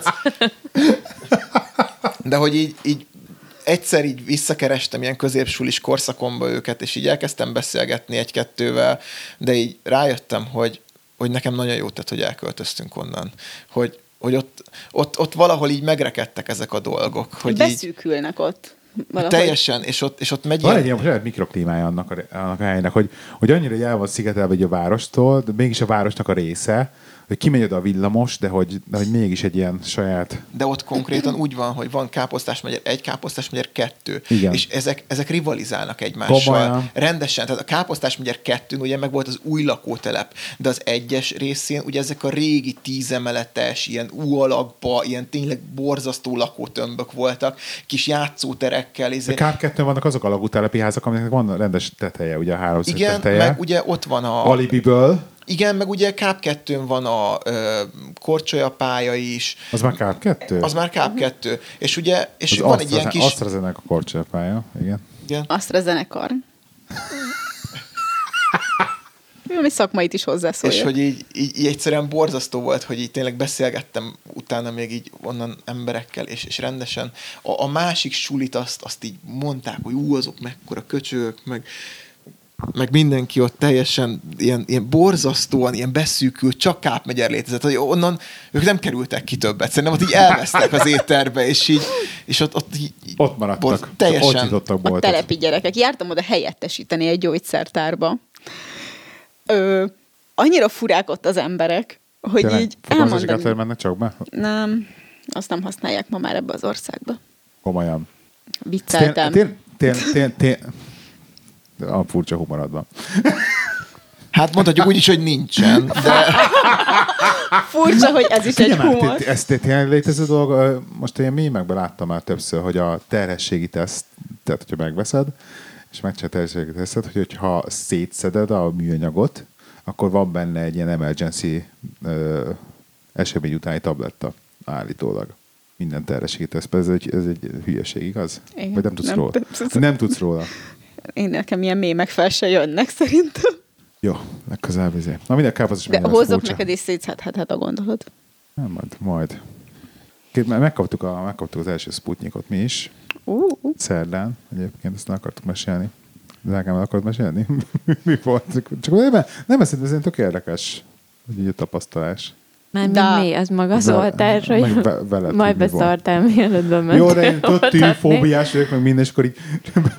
De hogy így, így egyszer így visszakerestem ilyen középsulis korszakomba őket, és így elkezdtem beszélgetni egy-kettővel, de így rájöttem, hogy, hogy nekem nagyon jó tett, hogy elköltöztünk onnan. Hogy, hogy ott, ott, ott valahol így megrekedtek ezek a dolgok. Hogy beszűkülnek így, ott. Valahogy. Teljesen, és ott, és ott megy van ilyen... egy ilyen mikroklímája annak a, annak a helynek, hogy, hogy annyira el van szigetelve a várostól, de mégis a városnak a része, hogy kimegy oda a villamos, de hogy, de hogy mégis egy ilyen saját... De ott konkrétan úgy van, hogy van Káposztásmegyer egy, Káposztásmegyer kettő. Igen. És ezek, ezek rivalizálnak egymással. Komolyan. Rendesen. Tehát a Káposztásmegyer kettőn ugye meg volt az új lakótelep, de az egyes részén ugye ezek a régi tízemeletes, ilyen U alakba, ilyen tényleg borzasztó lakótömbök voltak, kis játszóterekkel. Ezért... A Káp kettőn vannak azok a lakótelepi házak, aminek van rendes teteje, ugye a háromszög Igen, teteje. meg ugye ott van a... Alibiből. Igen, meg ugye Káp kettőn van a ö, Korcsolya pálya is. Az már Káp kettő? Az már Káp kettő. És ugye és az van Astra, egy ilyen kis... AstraZeneca a Korcsolya pálya, igen. igen. AstraZeneca. Mi szakmait is hozzászólja. És hogy így, így, így egyszerűen borzasztó volt, hogy így tényleg beszélgettem utána még így onnan emberekkel, és, és rendesen a, a másik sulit azt, azt így mondták, hogy ú, azok mekkora köcsögök, meg meg mindenki ott teljesen ilyen, ilyen borzasztóan, ilyen beszűkült, csak Kápmegyer létezett, hogy onnan ők nem kerültek ki többet. Szerintem ott így elvesztek az étterbe, és így, és ott, ott így... Ott maradtak. Borz, teljesen. Ott a telepi gyerekek. Jártam oda helyettesíteni egy gyógyszertárba. Ö, annyira furák ott az emberek, hogy Tényleg, így elmondani... mennek csak be? Nem, azt nem használják ma már ebbe az országba. Komolyan. Vicceltem. Tél, tél, tél, tél, tél. A furcsa humorodban. Hát mondhatjuk úgy is, hogy nincsen, de... Furcsa, hogy ez is Figyelj egy humor. Ez tényleg létező dolog. Most ilyen mémekben láttam már többször, hogy a terhességi teszt, tehát hogyha megveszed, és megcsinálod a terhességi tesztet, hogyha szétszeded a műanyagot, akkor van benne egy ilyen emergency ö, esemény utáni tabletta állítólag. Minden terhességi tesztben. Ez egy, ez egy hülyeség, igaz? Igen, vagy nem tudsz nem, róla? Nem, nem tudsz róla. Én nekem ilyen mémek fel se jönnek, szerintem. Jó, legközelebb izé. Na minden káposztas De hozzok neked is szétszedheted a gondolod. Nem, majd. majd. Két, megkaptuk, a, megkaptuk az első Sputnikot mi is. Uh. Szerdán. Egyébként ezt nem akartuk mesélni. Drágám, el akarod mesélni? Mi volt? Csak nem, nem ez szerintem tök érdekes, hogy így a tapasztalás. Már mi, mi? Az maga szóltás, hogy veled, majd beszartál, mielőtt bementél. Jó, de én tudod, tűfóbiás vagyok, meg minden, és akkor így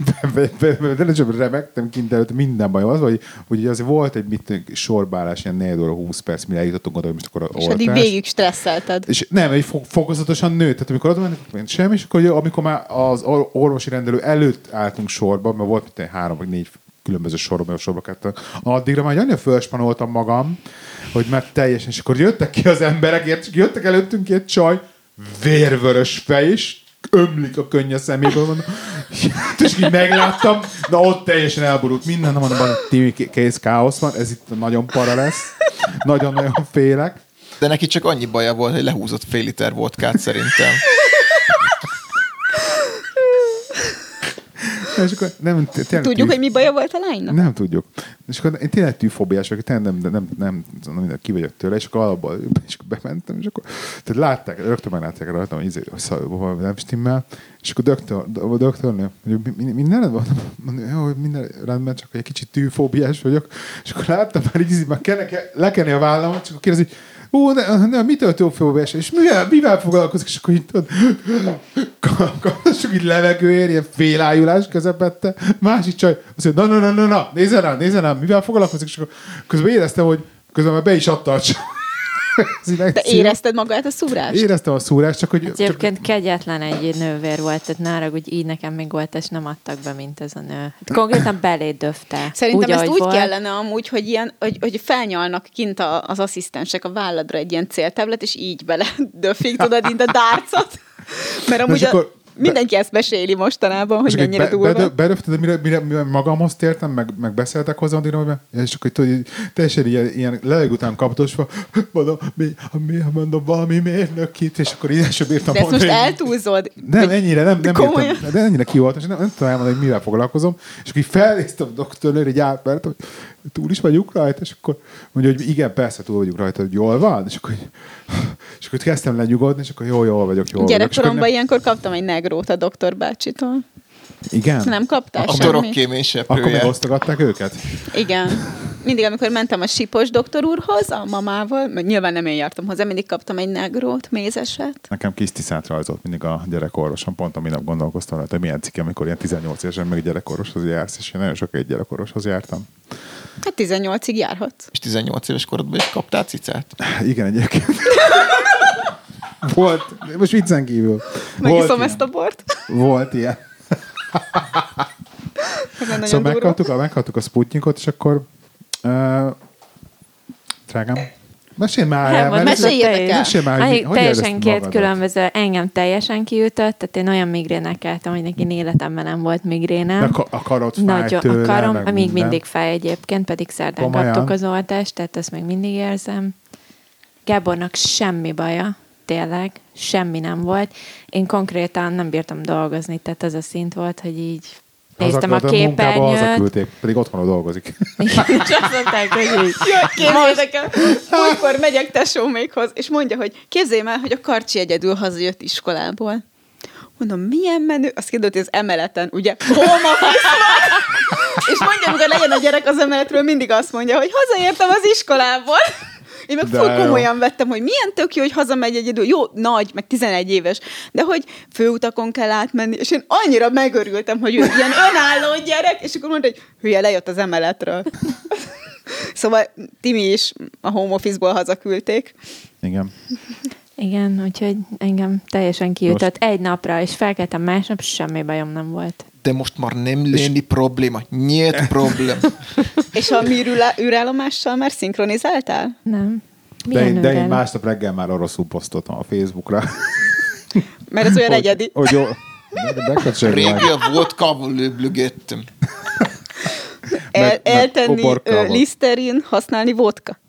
remektem kint előtt, minden baj az, hogy, hogy azért volt egy mit, sorbálás, ilyen négy óra húsz perc, mire eljutottunk oda, hogy most akkor a és addig végig stresszelted. És nem, egy fokozatosan nőtt. Tehát amikor oda mentünk, semmi, és akkor amikor már az orvosi rendelő előtt álltunk sorba, mert volt mint egy három vagy négy különböző sorba, a sorba kettők. Addigra már annyira fölspanoltam magam, hogy már teljesen, és akkor jöttek ki az emberek, és jöttek előttünk egy csaj, vérvörös fej, és ömlik a könny a szeméből, mondom, és így megláttam, de ott teljesen elborult minden, nem mondom, Timi, kész káosz van, ez itt nagyon para lesz, nagyon-nagyon félek. De neki csak annyi baja volt, hogy lehúzott fél liter vodkát szerintem. És akkor nem, tényleg, tudjuk, tűf... hogy mi baja volt a lánynak? Nem tudjuk. És akkor én tényleg tűfóbiás vagyok, tényleg nem, nem, nem, nem, nem ki vagyok tőle, és akkor alapból és akkor bementem, és akkor tehát látták, rögtön meglátták rajtam, hogy nem stimmel, és akkor doktor, a doktornő, hogy minden rendben van, jó, minden rendben, csak egy kicsit tűfóbiás vagyok, és akkor láttam már így, már lekeni a vállamat, és akkor kérdezi, ó, ne, ne, mitől tűfóbiás, és mivel, mivel foglalkozik, és akkor így tudod, csak így levegőért, ilyen félájulás közepette, másik csaj, azt mondja, na, na, na, na, na, nézzen rám, nézzen rám, mivel foglalkozik, és akkor közben éreztem, hogy közben már be is adta a csaj. Te érezted magát a szúrást? Éreztem a szúrást, csak hogy... Hát egyébként csak... kegyetlen egy nővér volt, tehát nára, hogy így nekem még volt, és nem adtak be, mint ez a nő. Hát konkrétan beléd döfte. Szerintem úgy, ezt úgy volt. kellene amúgy, hogy, ilyen, hogy, hogy felnyalnak kint a, az asszisztensek a válladra egy ilyen céltáblát, és így bele döfik, tudod, mint a dárcot. Mert amúgy a... Mindenki ezt meséli mostanában, hogy mennyire be, durva. Be, Beröfted, mire, mire, mire magamhoz tértem, meg, meg beszéltek hozzá, addigra, és akkor tudod, teljesen ilyen, ilyen leveg után kaptosva, mondom, mi, mi, mondom, valami mérnök itt, és akkor ide sem bírtam de mondani. De ezt most eltúlzod? Nem, ennyire, nem, nem bírtam, de ennyire kivoltam, és nem, nem tudom elmondani, hogy mivel foglalkozom, és akkor így felnéztem a doktornőre, így átmert, hogy túl is vagyunk rajta, és akkor mondja, hogy igen, persze túl vagyunk rajta, hogy jól van, és akkor, és akkor kezdtem lenyugodni, és akkor jó, jól vagyok, jól vagyok. Gyerekkoromban ilyenkor kaptam egy negrót a doktor bácsitól. Igen? Nem kaptál a semmit? A torokkéményseprője. Akkor még osztogatták őket? Igen. Mindig, amikor mentem a Sipos doktor úrhoz, a mamával, mert nyilván nem én jártam hozzá, mindig kaptam egy negrót, mézeset. Nekem kis tisztát rajzolt mindig a gyerekorvosom. Pont a minap gondolkoztam, hogy milyen cikk, amikor ilyen tizennyolc évesen meg gyerekorvoshoz jársz, és én nagyon sok egy gyerekorvoshoz jártam. Hát tizennyolcig járhatsz. És tizennyolc éves korodban is kaptál cicát? Igen, egyébként. Volt, most viccen kívül. Megiszom ezt a bort. Volt ilyen. Szóval meghaltuk a, meghaltuk a Sputnikot, és akkor uh, drágám, mesélj már el. Hát, meséljetek el. Mesélj már, hogy, hogy teljesen két magadat? Különböző, engem teljesen kiütött, tehát én olyan migrének álltam, hogy nekin életemben nem volt migrénem. De a karod fáj Nagyon, tőle, a karom, még minden. mindig fáj egyébként, pedig szerdán Komolyan? kaptuk az oltást, tehát ezt még mindig érzem. Gábornak semmi baja, tényleg, semmi nem volt. Én konkrétan nem bírtam dolgozni, tehát az a szint volt, hogy így néztem a képernyőt. Hazaküldték, pedig otthon dolgozik. És azt mondták, hogy így. Jaj, képzeljétek el, múltkor megyek tesómékhoz, és mondja, hogy képzeljem el, hogy a Karcsi egyedül hazajött iskolából. Mondom, milyen menő? Azt kérdött, hogy az emeleten, ugye, home office van. És mondja, amikor legyen a gyerek az emeletről, mindig azt mondja, hogy hazaértem az iskolából. Én meg full komolyan vettem, hogy milyen tök jó, hogy hazamegy egyedül. Jó, nagy, meg tizenegy éves, de hogy főutakon kell átmenni, és én annyira megörültem, hogy ő ilyen önálló gyerek, és akkor mondta, hogy hülye, lejött az emeletről. Szóval Timi is a home office-ból hazaküldték. Igen. Igen, úgyhogy engem teljesen kiütött egy napra, és felkeltem másnap, semmi bajom nem volt. De most már nem lenni probléma. Nyílt problém. És a űrállomással már szinkronizáltál? Nem. De én, de én másnap reggel már oroszul posztoltam a Facebookra. Mert ez olyan hogy, egyedi. Hogy jó. Régen vodkával löblögettem. El, eltenni liszterin, használni vodka.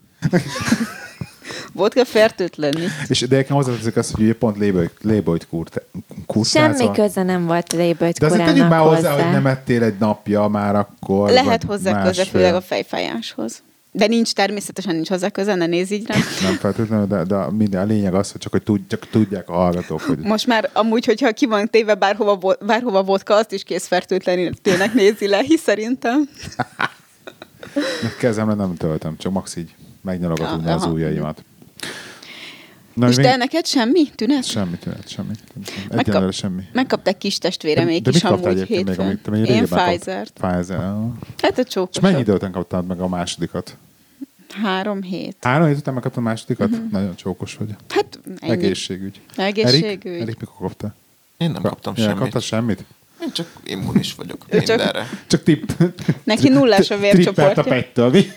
Vodka fertőtlenni. És de nekem hozzáteszik azt, hogy ugye pont lébolyt kurtázol. Semmi köze nem volt lébolyt kurának hozzá. De azért tegyük már hozzá, hogy nem ettél egy napja már akkor. Lehet hozzá köze, főleg a fejfájáshoz. De nincs, természetesen nincs hozzá köze, ne nézz így rám. Nem feltétlenül, de, de minden, a lényeg az, hogy csak, hogy tud, csak tudják a hallgatók. Hogy... Most már amúgy, hogyha ki van téve bárhova, bárhova vodka, azt is kész fertőtlenítőnek nézi le, hisz szerintem. Kezemre nem töltöm, csak max így megnyalogatom ja, az ujjaimat. Na, és még... te neked semmi tünet? Semmi tünet, semmi. Egyelőre Megkap... semmi. Megkapták kis testvéremék is amúgy hétfőn. Én Pfizer-t. Pfizer. Hát a csókosat. És mennyi idő után kaptad meg a másodikat? Három hét. Három hét után megkaptad a másodikat? Uh-huh. Nagyon csókos vagy. Hát ennyi. Egészségügy. Egészségügy. Erik, Erik mikor kaptál? Én nem kaptam ja, semmit. Kaptad semmit? Én csak immunis vagyok mindenre. Csak, csak tipp. Neki nullás a vércsoportja. Trippelt a pettől, mi?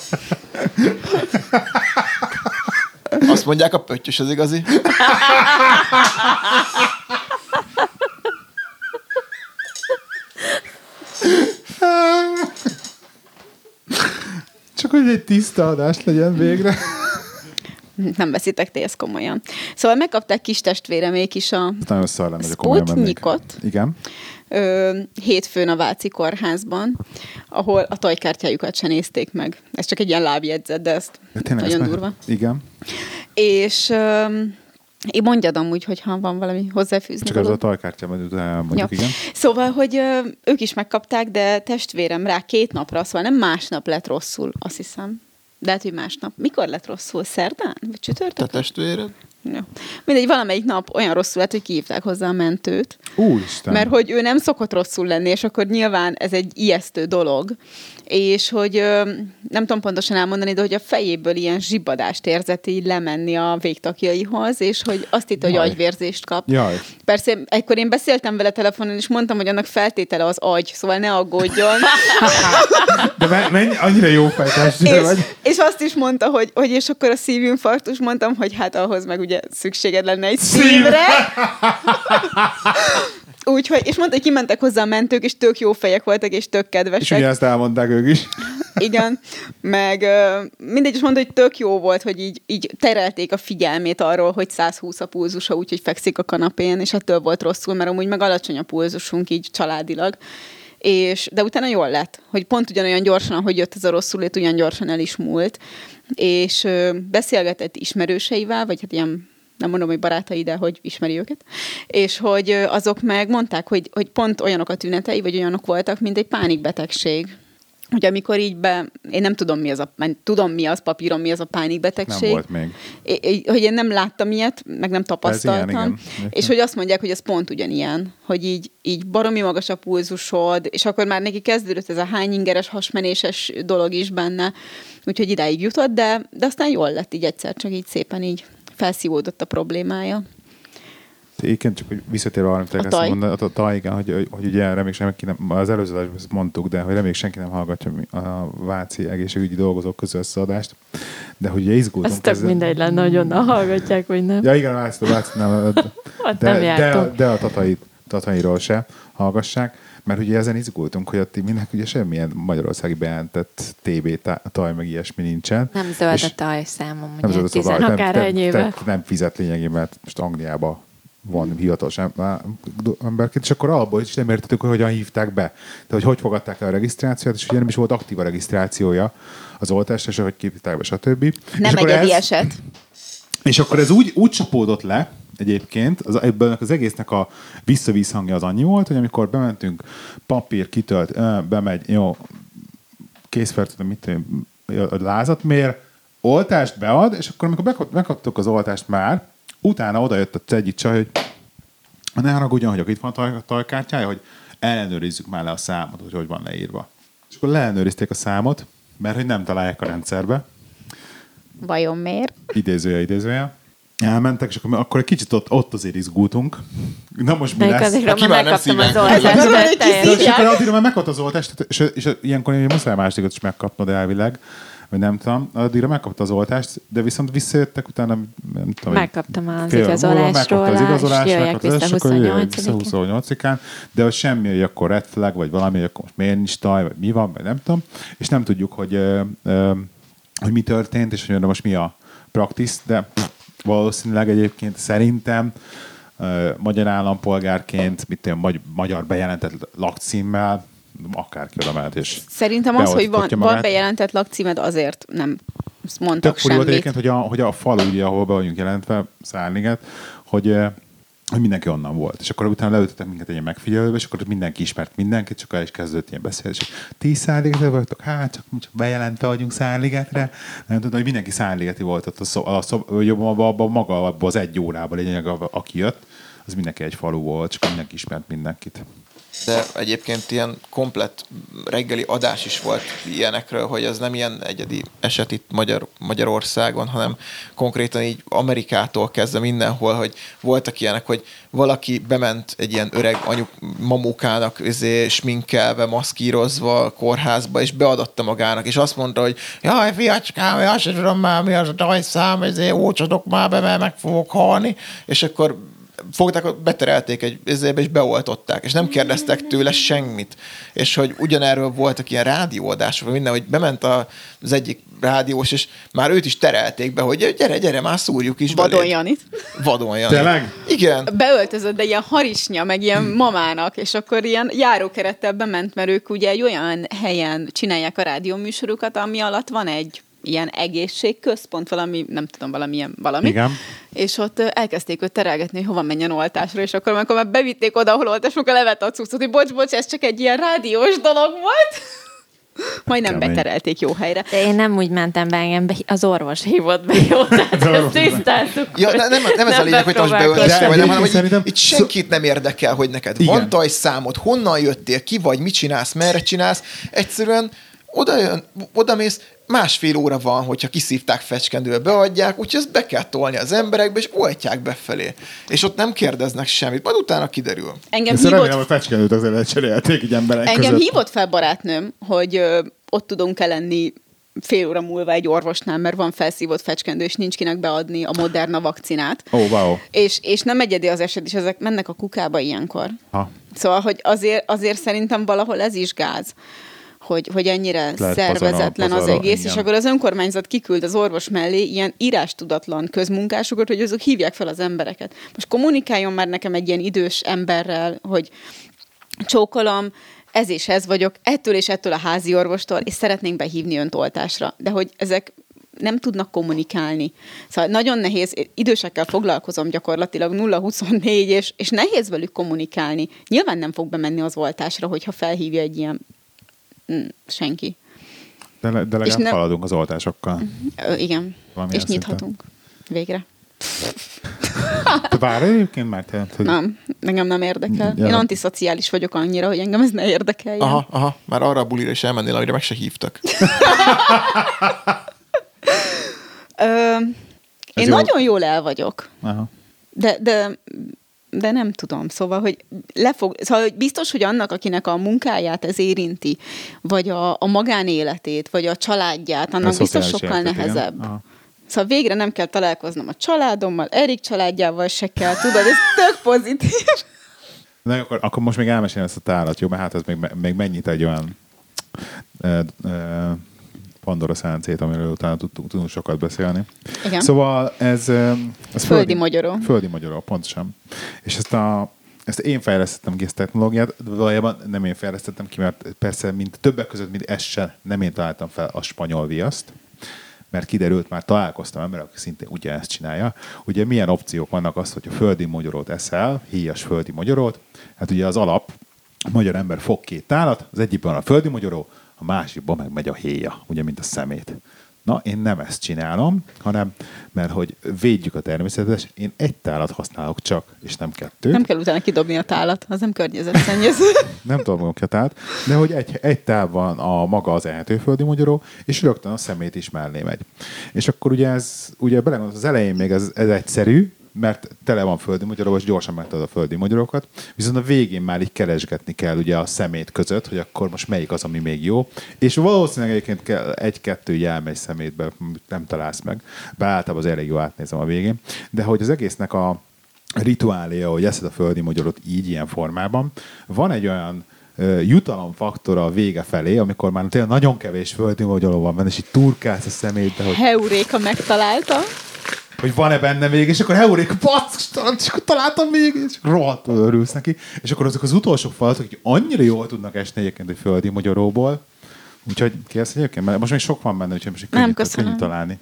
Azt mondják, a pöttyös az igazi. Csak hogy egy tiszta adás legyen végre. Nem veszitek ti ezt komolyan. Szóval megkapták kis testvéremék is a Sputnikot. Igen. Ö, hétfőn a Váci kórházban, ahol a tojkártyájukat se nézték meg. Ez csak egy ilyen lábjegyzet, de ezt de nagyon durva. Meg... Igen. És ö, én mondjad amúgy, hogyha van valami hozzáfűzni. Csak ez a tojkártyában mondjuk, ja. Igen. Szóval, hogy ö, ők is megkapták, de testvérem rá két napra, szóval nem másnap lett rosszul, azt hiszem. De hát, hogy másnap. Mikor lett rosszul? Szerdán? Vagy csütörtökön? Te testvéred? Ja. Mindegy, valamelyik nap olyan rosszul lett, hogy kihívták hozzá a mentőt. Úristen. Mert hogy ő nem szokott rosszul lenni, és akkor nyilván ez egy ijesztő dolog. És hogy nem tudom pontosan elmondani, de hogy a fejéből ilyen zsibbadást érzett így lemenni a végtakjaihoz, és hogy azt hitt, hogy Jaj. agyvérzést kap. Jaj. Persze, ekkor én beszéltem vele telefonon, és mondtam, hogy annak feltétele az agy, szóval ne aggódjon. De menj, annyira jó fejtárs és, vagy. és azt is mondta, hogy, hogy és akkor a szívinfarktus, mondtam, hogy hát ahhoz meg ugye szükséged lenne egy szívre. Úgyhogy, és mondta, hogy kimentek hozzá a mentők, és tök jó fejek voltak, és tök kedvesek. És ugye ezt elmondták ők is. Igen, meg mindegy is mondta, hogy tök jó volt, hogy így, így terelték a figyelmét arról, hogy száz húsz a pulzusa, úgyhogy fekszik a kanapén, és ettől volt rosszul, mert amúgy meg alacsony a pulzusunk így családilag. És, de utána jól lett, hogy pont ugyanolyan gyorsan, ahogy jött ez a rosszulét, ugyan gyorsan el is múlt. És ö, beszélgetett ismerőseivel, vagy hát ilyen, nem mondom, hogy barátai, de hogy ismeri őket, és hogy ö, azok meg mondták, hogy, hogy pont olyanok a tünetei, vagy olyanok voltak, mint egy pánikbetegség. Hogy amikor így be, én nem tudom mi az a, tudom mi az papíron, mi az a pánikbetegség. Nem volt még. É, hogy én nem láttam ilyet, meg nem tapasztaltam. Ilyen, igen. És hogy azt mondják, hogy ez pont ugyanilyen, hogy így, így baromi magas a pulzusod, és akkor már neki kezdődött ez a hány ingeres, hasmenéses dolog is benne, úgyhogy idáig jutott, de, de aztán jól lett így egyszer, csak így szépen így felszívódott a problémája. Igen, csak hogy visszatérve arra, amit ezt mondani, a taj, igen, hogy, hogy, hogy ugye reméljük senki nem, az előző adásban ezt mondtuk, de hogy reméljük senki nem hallgatja a váci egészségügyi dolgozók közül összeadást, de hogy ugye izgultunk. Ez tök ezzel... mindegy lenne, hogy onnan hallgatják, vagy nem. Ja igen, a váci, a váci nem, de, nem de, de, de a tatai, tatairól se hallgassák, mert ugye ezen izgultunk, hogy ott mindenki ugye semmilyen magyarországi bejelentett té bé taj meg ilyesmi nincsen. Nem zöld a taj számom, ugye, nem zöld a taj, akár egy éve. Nem fizet lényegében, mert most Angliába van hivatalos emberként, és akkor abból is nem értettük, hogy hogyan hívták be. De hogy hogy fogadták el a regisztrációt, és ugye nem is volt aktív a regisztrációja az oltásra, és hogy hívták be, stb. Nem egyedi eset. És akkor ez úgy, úgy csapódott le, egyébként, az, ebből az egésznek a visszavízhangja az annyi volt, hogy amikor bementünk, papír kitölt, bemegy, jó, készfertőt, mit a lázat mér, oltást bead, és akkor amikor megkaptuk az oltást már, utána oda jött a egyik csaj, hogy ne haragudjon, hogy itt van a tajkártyája, hogy ellenőrizzük már le a számot, hogy hogy van leírva. És akkor leellenőrizték a számot, mert hogy nem találják a rendszerbe. Vajon miért? Idézője, idézője. Elmentek, és akkor, akkor egy kicsit ott, ott azért izgultunk. Na most mi de lesz? Azért már megkaptam az oltást. És akkor addigra már megkapta az oltást, és, és ilyenkor muszáj másodikat is megkapnod elvileg, vagy nem tudom, addigra megkapta az oltást, de viszont visszajöttek, utána nem tudom. Megkaptam az igazolásról, az igazolás, és jöjjek vissza huszonnyolcadikán, de hogy semmi, hogy akkor red flag, vagy valami, hogy akkor most miért nincs taj, vagy mi van, vagy nem tudom, és nem tudjuk, hogy, ö, ö, hogy mi történt, és hogy most mi a practice, de valószínűleg egyébként szerintem uh, magyar állampolgárként, mit tudom, magy- magyar bejelentett lakcímmel, akárki oda mehet, és szerintem az, hogy van, van bejelentett lakcímed, azért nem mondtak tök semmit. Tök egyébként, hogy a, hogy a falu, ugye, ahol be vagyunk jelentve, Szárliget, hogy, hogy mindenki onnan volt. És akkor utána leültettek minket egy ilyen megfigyelőbe, és akkor mindenki ismert mindenkit, csak el is kezdődött ilyen beszélés. Ti Szárligetre vagytok? Hát, csak, csak bejelentve vagyunk Szárligetre. Nem tudom, hogy mindenki Szárligeti volt ott a, szó, a, szó, a, a, a maga abban az egy órában, lényeg, aki jött, az mindenki egy falu volt, csak mindenki ismert mindenkit. De egyébként ilyen komplett reggeli adás is volt ilyenekről, hogy az nem ilyen egyedi eset itt Magyar, Magyarországon, hanem konkrétan így Amerikától kezdve mindenhol, hogy voltak ilyenek, hogy valaki bement egy ilyen öreg anyuk, mamukának izé, sminkelve, maszkírozva kórházba, és beadatta magának, és azt mondta, hogy jaj, fiacskám, azt sem tudom már, mi az a tajszám, ezért ócsadok már be, mert meg fogok halni, és akkor fogták, beterelték egy ezébe, és beoltották, és nem kérdeztek tőle semmit. És hogy ugyanerről voltak ilyen rádióadások, minden, hogy bement az egyik rádiós, és már őt is terelték be, hogy gyere, gyere, már szúrjuk is Vadon Janit. Vadon Janit. Tényleg? Igen. Beöltözött, de ilyen harisnya, meg ilyen mamának, és akkor ilyen járókerettel bement, mert ők ugye egy olyan helyen csinálják a rádióműsorukat, ami alatt van egy ilyen egészségközpont, valami, nem tudom, valamilyen valami. Igen. És ott elkezdték őt terelgetni, hogy hova menjen oltásra, és akkor, amikor már bevitték oda, ahol oltás, akkor levette a cuccot, hogy bocs, bocs, ez csak egy ilyen rádiós dolog volt. Majdnem beterelték jó helyre. De én nem úgy mentem be, engem be, az orvos hívott be, jó? Tehát ezt tisztáztuk. Ja, nem, nem, nem ez a lényeg, hogy most beöltöztél, vagy nem, hanem hogy itt senkit nem érdekel, hogy neked igen. van tajszámod, honnan jöttél, ki vagy, mit csinálsz, merre csinálsz. Egyszerűen oda jön, oda mész, másfél óra van, hogyha kiszívták fecskendőbe, beadják, úgyhogy ezt be kell tolni az emberekbe, és oltják befelé. És ott nem kérdeznek semmit, majd utána kiderül. Engem hívott... remélem, hogy fecskendőt azért lecserélték így emberek Engem között. hívott fel barátnőm, hogy ö, ott tudunk-e lenni fél óra múlva egy orvosnál, mert van felszívott fecskendő, és nincs kinek beadni a Moderna vakcinát. Oh, wow. És, és nem egyedi az eset, és ezek mennek a kukába ilyenkor. Ha. Szóval, hogy azért, azért szerintem valahol ez is gáz, hogy, hogy ennyire lehet szervezetlen az egész, igen. És akkor az önkormányzat kiküld az orvos mellé ilyen írástudatlan közmunkásokat, hogy azok hívják fel az embereket. Most kommunikáljon már nekem egy ilyen idős emberrel, hogy csókolom, ez és ez vagyok, ettől és ettől a házi orvostól, és szeretnénk behívni önt oltásra. De hogy ezek nem tudnak kommunikálni. Szóval nagyon nehéz, idősekkel foglalkozom gyakorlatilag nulla huszonnégy, és, és nehéz velük kommunikálni. Nyilván nem fog bemenni az oltásra, hogyha felhívja egy ilyen mm, senki. De, de legalább nem... haladunk az oltásokkal. Ö, igen, valamilyen és nyithatunk. Végre. Te várj egyébként már? Tehát, hogy... Nem, engem nem érdekel. Ja. Én antiszociális vagyok annyira, hogy engem ez ne érdekeljen. Aha, aha, már arra a bulira is elmennél, amire meg se hívtak. Ö, én jó? nagyon jól el vagyok. Aha. De, de, de nem tudom. Szóval, hogy lefog, szóval hogy biztos, hogy annak, akinek a munkáját ez érinti, vagy a, a magánéletét, vagy a családját, annak a biztos sokkal életet, nehezebb. Szóval végre nem kell találkoznom a családommal, Erik családjával se kell, tudod, ez tök pozitív. Na, akkor, akkor most még elmesélem ezt a tálat, jó? Mert hát ez még, még mennyit egy olyan e, e, Pandora száncét, amiről utána tudtunk, tudunk sokat beszélni. Igen. Szóval ez... ez földi, földi magyaró. Földi magyaró, pontosan. És ezt, a, ezt én fejlesztettem ki, ezt a technológiát, de valójában nem én fejlesztettem ki, mert persze mint többek között, mint ez sem, nem én találtam fel a spanyol viaszt, mert kiderült, már találkoztam ember, aki szintén ugye ezt csinálja. Ugye milyen opciók vannak az, hogy a földi magyarót eszel, híjas földi magyarót. Hát ugye az alap, a magyar ember fog két tálat, az egyikben a földi magyaró, a másikban meg megy a héja, ugye, mint a szemét. Na, én nem ezt csinálom, hanem, mert hogy védjük a természetet, én egy tálat használok csak, és nem kettőt. Nem kell utána kidobni a tálat, az nem környezetszennyező. Nem tudom magam a tálat, de hogy egy, egy tál van a maga az ehetőföldi magyaró, és rögtön a szemét is mellé megy. És akkor ugye ez, ugye belegondolsz, az elején még ez, ez egyszerű, mert tele van földi magyaró, és gyorsan megtad a földi magyarókat, viszont a végén már így keresgetni kell ugye a szemét között, hogy akkor most melyik az, ami még jó. És valószínűleg egyébként kell egy-kettő így elmegy szemétbe, nem találsz meg. Beálltam az elég jó, átnézem a végén. De hogy az egésznek a rituáléja, hogy eszed a földi magyarót így, ilyen formában, van egy olyan uh, jutalomfaktora a vége felé, amikor már tényleg nagyon kevés földi magyaró van benne, és így turkálsz a szemétbe. Hogy... Heuréka megtalálta. Hogy van-e benne még, és akkor heuréka, basszus, és akkor találtam még, és rohadtul örülsz neki. És akkor azok az utolsó falatok, hogy annyira jól tudnak esni egyébként egy földi magyaróból. Úgyhogy kérsz egyébként, mert most még sok van benne, úgyhogy most könnyű, könnyű találni.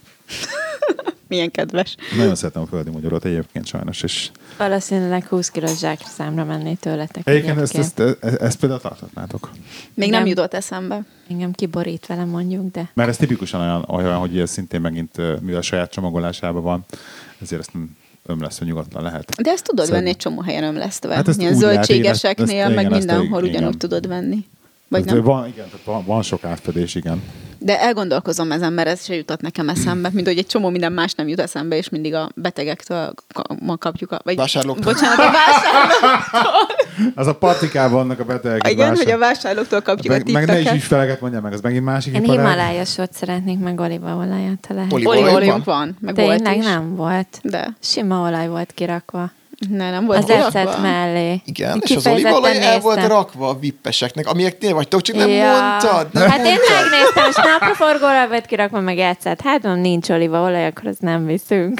Milyen kedves. Nagyon szeretem a földi magyarót egyébként sajnos. És... Valószínűleg húsz kilós zsákszámra menné tőletek. Egyébként ezt, ezt, ezt, ezt, ezt például tartatnátok. Még nem, nem jutott eszembe. Engem kiborít vele, mondjuk, de... Mert ez tipikusan olyan, olyan hogy ez szintén megint, mivel a saját csomagolásában van, ezért ezt ömlesztve nyugodtan lehet. De ezt tudod Szerint... venni egy csomó helyen ömlesztve. Hát ilyen zöldségeseknél, ezt, meg igen, mindenhol ugyanúgy igen. tudod venni. Vagy nem? Van, igen, van, van sok átfedés, igen. De elgondolkozom ezen, mert ez se jutott nekem eszembe, mint hogy egy csomó minden más nem jut eszembe, és mindig a betegektől ma kapjuk a... Vagy, vásárlóktól. Bocsánat, a vásárlóktól. Az a patikában vannak a betegek. Igen, vásár... hogy a vásárlóktól kapjuk meg, a tippeket. Meg ne is ügyfeleket mondja meg, az megint másik Én himalájasot szeretnék, meg olívaolajat, ha lehet. Olívaolajunk van, meg volt is. Tényleg nem volt. De. Sima olaj volt kirakva. Ne, nem volt az ecet mellé. Igen, és az olívaolaj el volt rakva a vippeseknek, amilyeknél vagytok, csak nem ja. mondtad. Nem hát mondtad. én megnéztem, és napraforgóra volt kirakva, meg ecet. Hát mondom, nincs olívaolaj, akkor azt nem viszünk.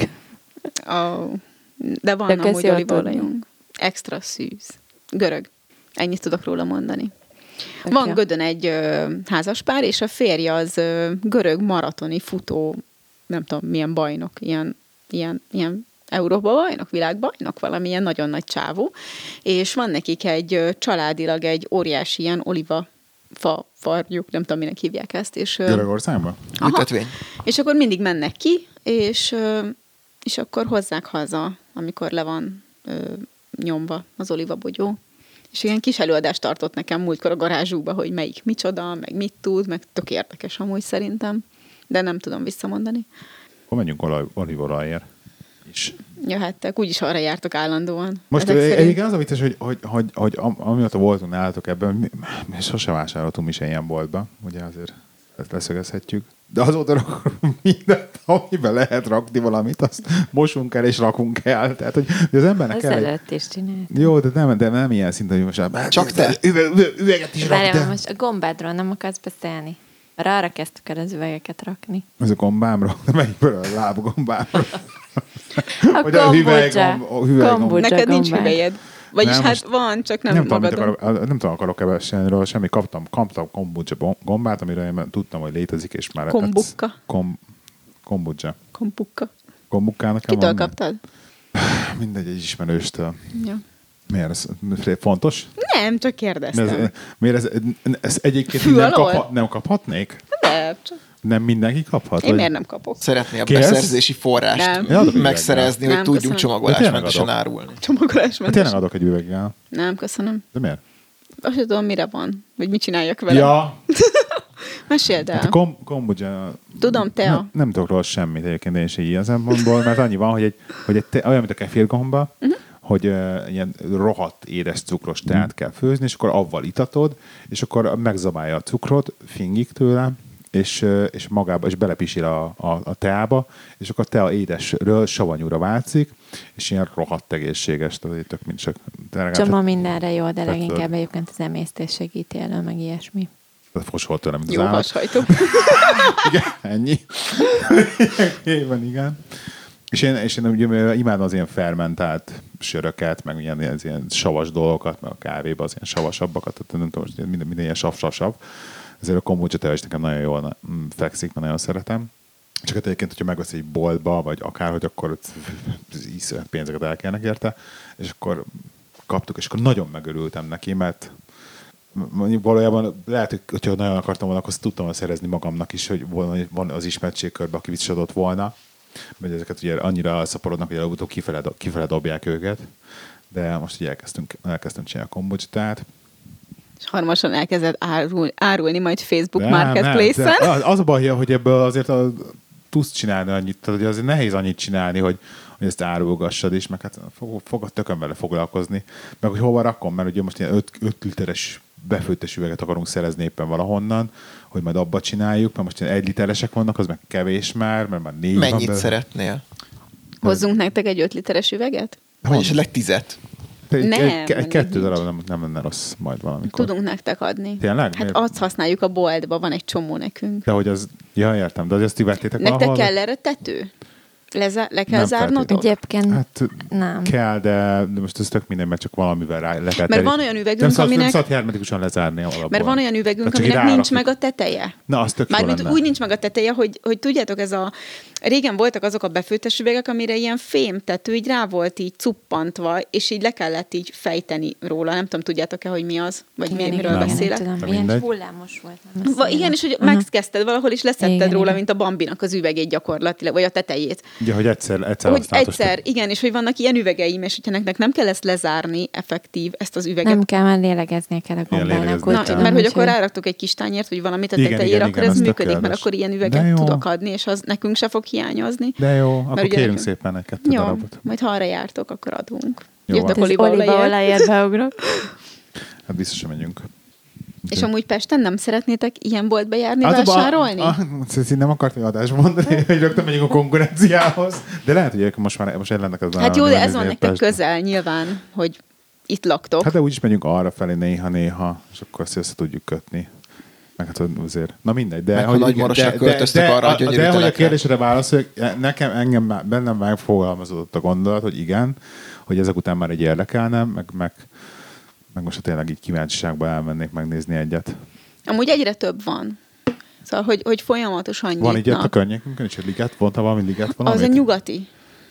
Oh. De van de amúgy olívaolajunk. Extra szűz. Görög. Ennyit tudok róla mondani. Tök van Gödön egy ö, házaspár, és a férje az ö, görög maratoni futó, nem tudom, milyen bajnok, ilyen, ilyen, ilyen Európa bajnok, világbajnok, valamilyen nagyon nagy csávó, és van nekik egy családilag egy óriási ilyen oliva fa, farjuk, nem tudom, minek hívják ezt. És, Görögországban? Ültetvény. És akkor mindig mennek ki, és, és akkor hozzák haza, amikor le van nyomva az olivabogyó. És ilyen kis előadást tartott nekem múltkor a garázsukba, hogy melyik micsoda, meg mit tud, meg tök érdekes amúgy szerintem, de nem tudom visszamondani. Akkor menjünk olaj, olivolajért is. Ja, hát úgyis arra jártok állandóan. Most egyébként az a vicces, hogy, hogy, hogy, hogy amióta voltunk nálatok ebben, mi, mi sose vásároltunk mi se ilyen boltba, ugye azért ezt leszögezhetjük. De azóta akkor mindent, amiben lehet rakni valamit, azt mosunk el és rakunk el. Tehát, hogy az embernek kell... Ezelőtt is csinálni. Jó, de nem, de nem ilyen szinten, hogy most... Csak te. Üve, üve, üveget is rak, Várjál, de... most a gombádról nem akarsz beszélni? Mert arra kezdtük el az üvegeket rakni. Ez a gombámról? De melyikből a lábgombámról? A kombucsa. Kombucsa. Neked nincs hüvelyed. Vagyis nem, hát van, csak nem, nem magadon. Tudom, akarok, nem tudom, akarok ebben semmi. Kaptam, kaptam kombucsa gombát, amire én tudtam, hogy létezik, és már... Kombukka. Kom, kombucsa. Kombukka. Kombukkának Kitől van, kaptad? Mindegy, egy ismerőstől. Ja. Miért ez fontos? Nem, csak kérdeztem. Ez, miért ez, ez egyébként nem, kapha, nem kaphatnék? De, csak... Nem mindenki kaphat? Én vagy? Miért nem kapok? Szeretné a beszerzési forrást nem. megszerezni, hogy nem, tudjuk csomagolásmentesen árulni. Csomagolásmentesen? Tényleg adok egy üveggel. Nem, köszönöm. De miért? Azt sem tudom, mire van. Vagy mit csináljak vele. Ja. Meséld el. Hát a kom- kombucsa... Tudom, te ne, Nem tudok róla semmit egyébként én is ilyen szempontból, mert annyi van, hogy, egy, hogy egy te, olyan, mint a kefirgomba, uh-huh. hogy uh, ilyen rohadt édes cukros teát kell főzni, és akkor avval itatod, és akkor megzabálja a cukrot, fingik tőle, és, és magába, és belepisil a, a, a teába, és akkor a tea édesről savanyúra váltszik, és ilyen rohadt egészséges, tehát tök mind csak... Csomó mindenre jó, de leginkább egyébként az emésztés segíti elő, meg ilyesmi. Fosol tőle, mint az jó állat. hashajtó. Igen, ennyi. Igen, igen. És én, és én ugye imádom az ilyen fermentált söröket, meg ilyen, ilyen, ilyen savas dolgokat, meg a kávéba az ilyen savasabbakat, tehát nem tudom, minden, minden ilyen sav-sav-sav. Ezért a kombucsa tea is nekem nagyon jól fekszik, mert nagyon szeretem. Csak hát egyébként, hogyha megvesz egy boltba, vagy akárhogy, akkor iszonyat pénzeket elkelnek érte, és akkor kaptuk, és akkor nagyon megörültem neki, mert valójában lehet, hogy hogyha nagyon akartam volna, akkor tudtam volna szerezni magamnak is, hogy van az ismertségkörben, aki visszadott volna, mert ezeket ugye annyira elszaporodnak, hogy előbb-utóbb kifele, kifele dobják őket, de most ugye elkezdtünk, elkezdtünk csinálni a kombucsát. És harmasan elkezdett árul, árulni majd Facebook nem, Marketplace-en. Nem, az a baj, hogy ebből azért a, tudsz csinálni annyit, tehát azért nehéz annyit csinálni, hogy, hogy ezt árulgassad is, meg hát fog, fog a tökön vele foglalkozni, meg hogy hova rakom, mert ugye most ilyen öt literes befőttes üveget akarunk szerezni éppen valahonnan, hogy majd abba csináljuk, mert most ilyen egy literesek vannak, az meg kevés már, mert már négy Mennyit van. Mennyit szeretnél? Hozzunk nektek egy öt literes üveget? Vagy esetleg tizet? Egy, nem, egy, egy kettő darab nem, nem lenne rossz majd valamikor. Tudunk nektek adni. Tényleg? Hát Miért? azt használjuk a boltba, van egy csomó nekünk. De hogy az, ja értem, de az ezt vettétek nektek valahol? kell erre tető? Leza, le kell nem zárnotok? Egyébként hát nem. kell, de, de most ez tök minden, mert csak valamivel rá le kell Mert van olyan üvegünk, nem szabad, aminek... Nem szabad hermetikusan lezárni alapból. Mert van olyan üvegünk, aminek nincs rárakjuk. Meg a teteje. Na, az tök Mármint úgy nincs meg a teteje, hogy, hogy tudjátok, ez a... Régen voltak azok a befőttes üvegek, amire ilyen fém tető így rá volt így cuppantva, és így le kellett így fejteni róla. Nem tudom, tudjátok-e, hogy mi az? Vagy igen, miről igen, beszélek? Nem tudom, ilyen hullámos volt. Va, igen, és hogy uh-huh. megkezdted valahol, és leszetted igen, róla, igen. mint a Bambinak az üvegét gyakorlatilag, vagy a tetejét. Ugye, hogy egyszer, egyszer hogy egyszer, igen, és hogy vannak ilyen üvegeim, és hogyha nektek nem kell ezt lezárni effektív, ezt az üveget. Nem kell, már lélegeznie kell a gombának. Na, tudom, mert hogy akkor ráraktok egy kis tányért, vagy valamit a tetejére, akkor ez működik, mert akkor ilyen üveget tudok adni, és az nekünk se fog hiányozni. De jó, akkor kérünk nekünk... szépen egy-kettő jó, darabot. Majd ha arra jártok, akkor adunk. Jöttök olívaolajért beugrok. Hát biztos, hogy megyünk. És amúgy Pesten nem szeretnétek ilyen boltba járni, az vásárolni? A, a, nem akartam adásba mondani, hogy rögtön megyünk a konkurenciához, de lehet, hogy most már most ellennek az hát jó, de ez van nektek közel nyilván, hogy itt laktok. Hát de úgyis megyünk arra felé néha-néha, és akkor azt össze tudjuk kötni. Meg hát azért. Na mindegy. De, meg hogy, ha Nagymarosan költöztek arra, hogy gyönyörű. De hogy a kérdésre válaszoljuk, nekem engem bennem megfogalmazódott a gondolat, hogy igen, hogy ezek után már egy érdekelne, meg, meg, meg most tényleg így kíváncsiságba elmennék megnézni egyet. Amúgy egyre több van. Szóval, hogy, hogy folyamatosan nyitnak. Van így a környékünkön is egy liget? Volt valami liget valamit? Az a nyugati.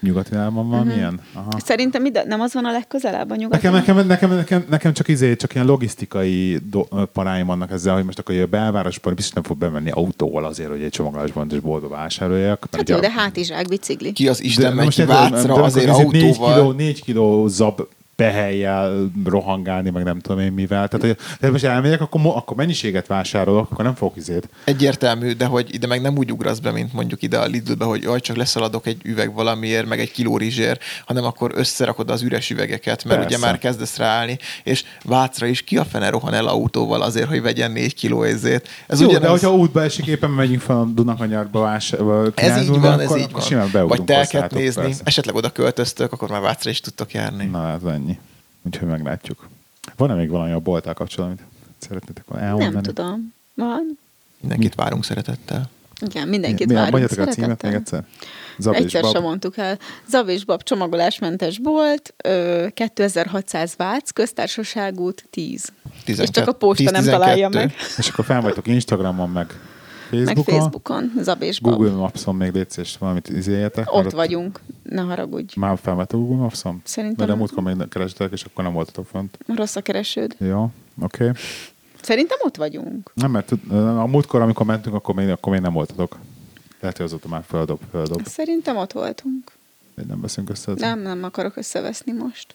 Nyugatinában van uh-huh. ilyen? Aha. Szerintem ide, nem az van a legközelebb a nyugatin? Nekem, nekem, nekem, nekem, nekem csak izé, csak ilyen logisztikai do, paráim vannak ezzel, hogy most akkor a belvárosban biztos nem fog bemenni autóval azért, hogy egy csomagolásban és boltba vásároljak. Hát jó, de hátizsák, bicikli. Ki az Isten megy ki Vácra azért autóval? négy kiló zab behelyjel rohangálni, meg nem tudom én mivel. Tehát, hogy most elmegyek, akkor, akkor mennyiséget vásárolok, akkor nem fogok izét. Egyértelmű, de hogy ide meg nem úgy ugrasz be, mint mondjuk ide a Lidlbe, hogy aj, csak leszaladok egy üveg valamiért, meg egy kiló rizsér, hanem akkor összerakod az üres üvegeket, mert Persze. ugye már kezdesz ráállni, és Vácra is ki a fene rohan el autóval azért, hogy vegyen négy kiló ezét. Ez jó, ugyanaz... de hogyha útba esik, éppen megyünk fel a Dunakanyarba vásárolni. Ez így van, ez így van. Vagy telket nézni, persze. Esetleg oda költöztök, akkor már Vácra is tudtok járni. Na, hát ennyi. Úgyhogy meglátjuk. Van-e még valami a bolttal kapcsolatban, amit szeretnétek elmondani? Nem tudom. Van. Mindenkit várunk szeretettel. Igen, mindenkit mi, várunk mondjatok szeretettel. A címet még egyszer. Zab egyszer sem mondtuk el. Zab és Bab csomagolásmentes bolt, kétezer-hatszáz Vác, köztársaságút tíz. tizenkét, és csak a posta tíz, nem találja meg. És akkor fenn vagytok Instagramon, meg Facebookon. Meg Facebookon, Zab és Bab. Google Maps-on még légy és valamit izéljetek. Ott vagyunk, ne haragudj. Már felvett a Google Maps-on? Szerintem. Mert a múltkor még kerestek, és akkor nem voltatok fent. Rossz a keresőd. Jó, oké. Okay. Szerintem ott vagyunk. Nem, mert a múltkor, amikor mentünk, akkor még, akkor még nem voltatok. Lehet, hogy azóta már feldob, feldob. Szerintem ott voltunk. Még nem veszünk össze. Nem, nem akarok összeveszni most.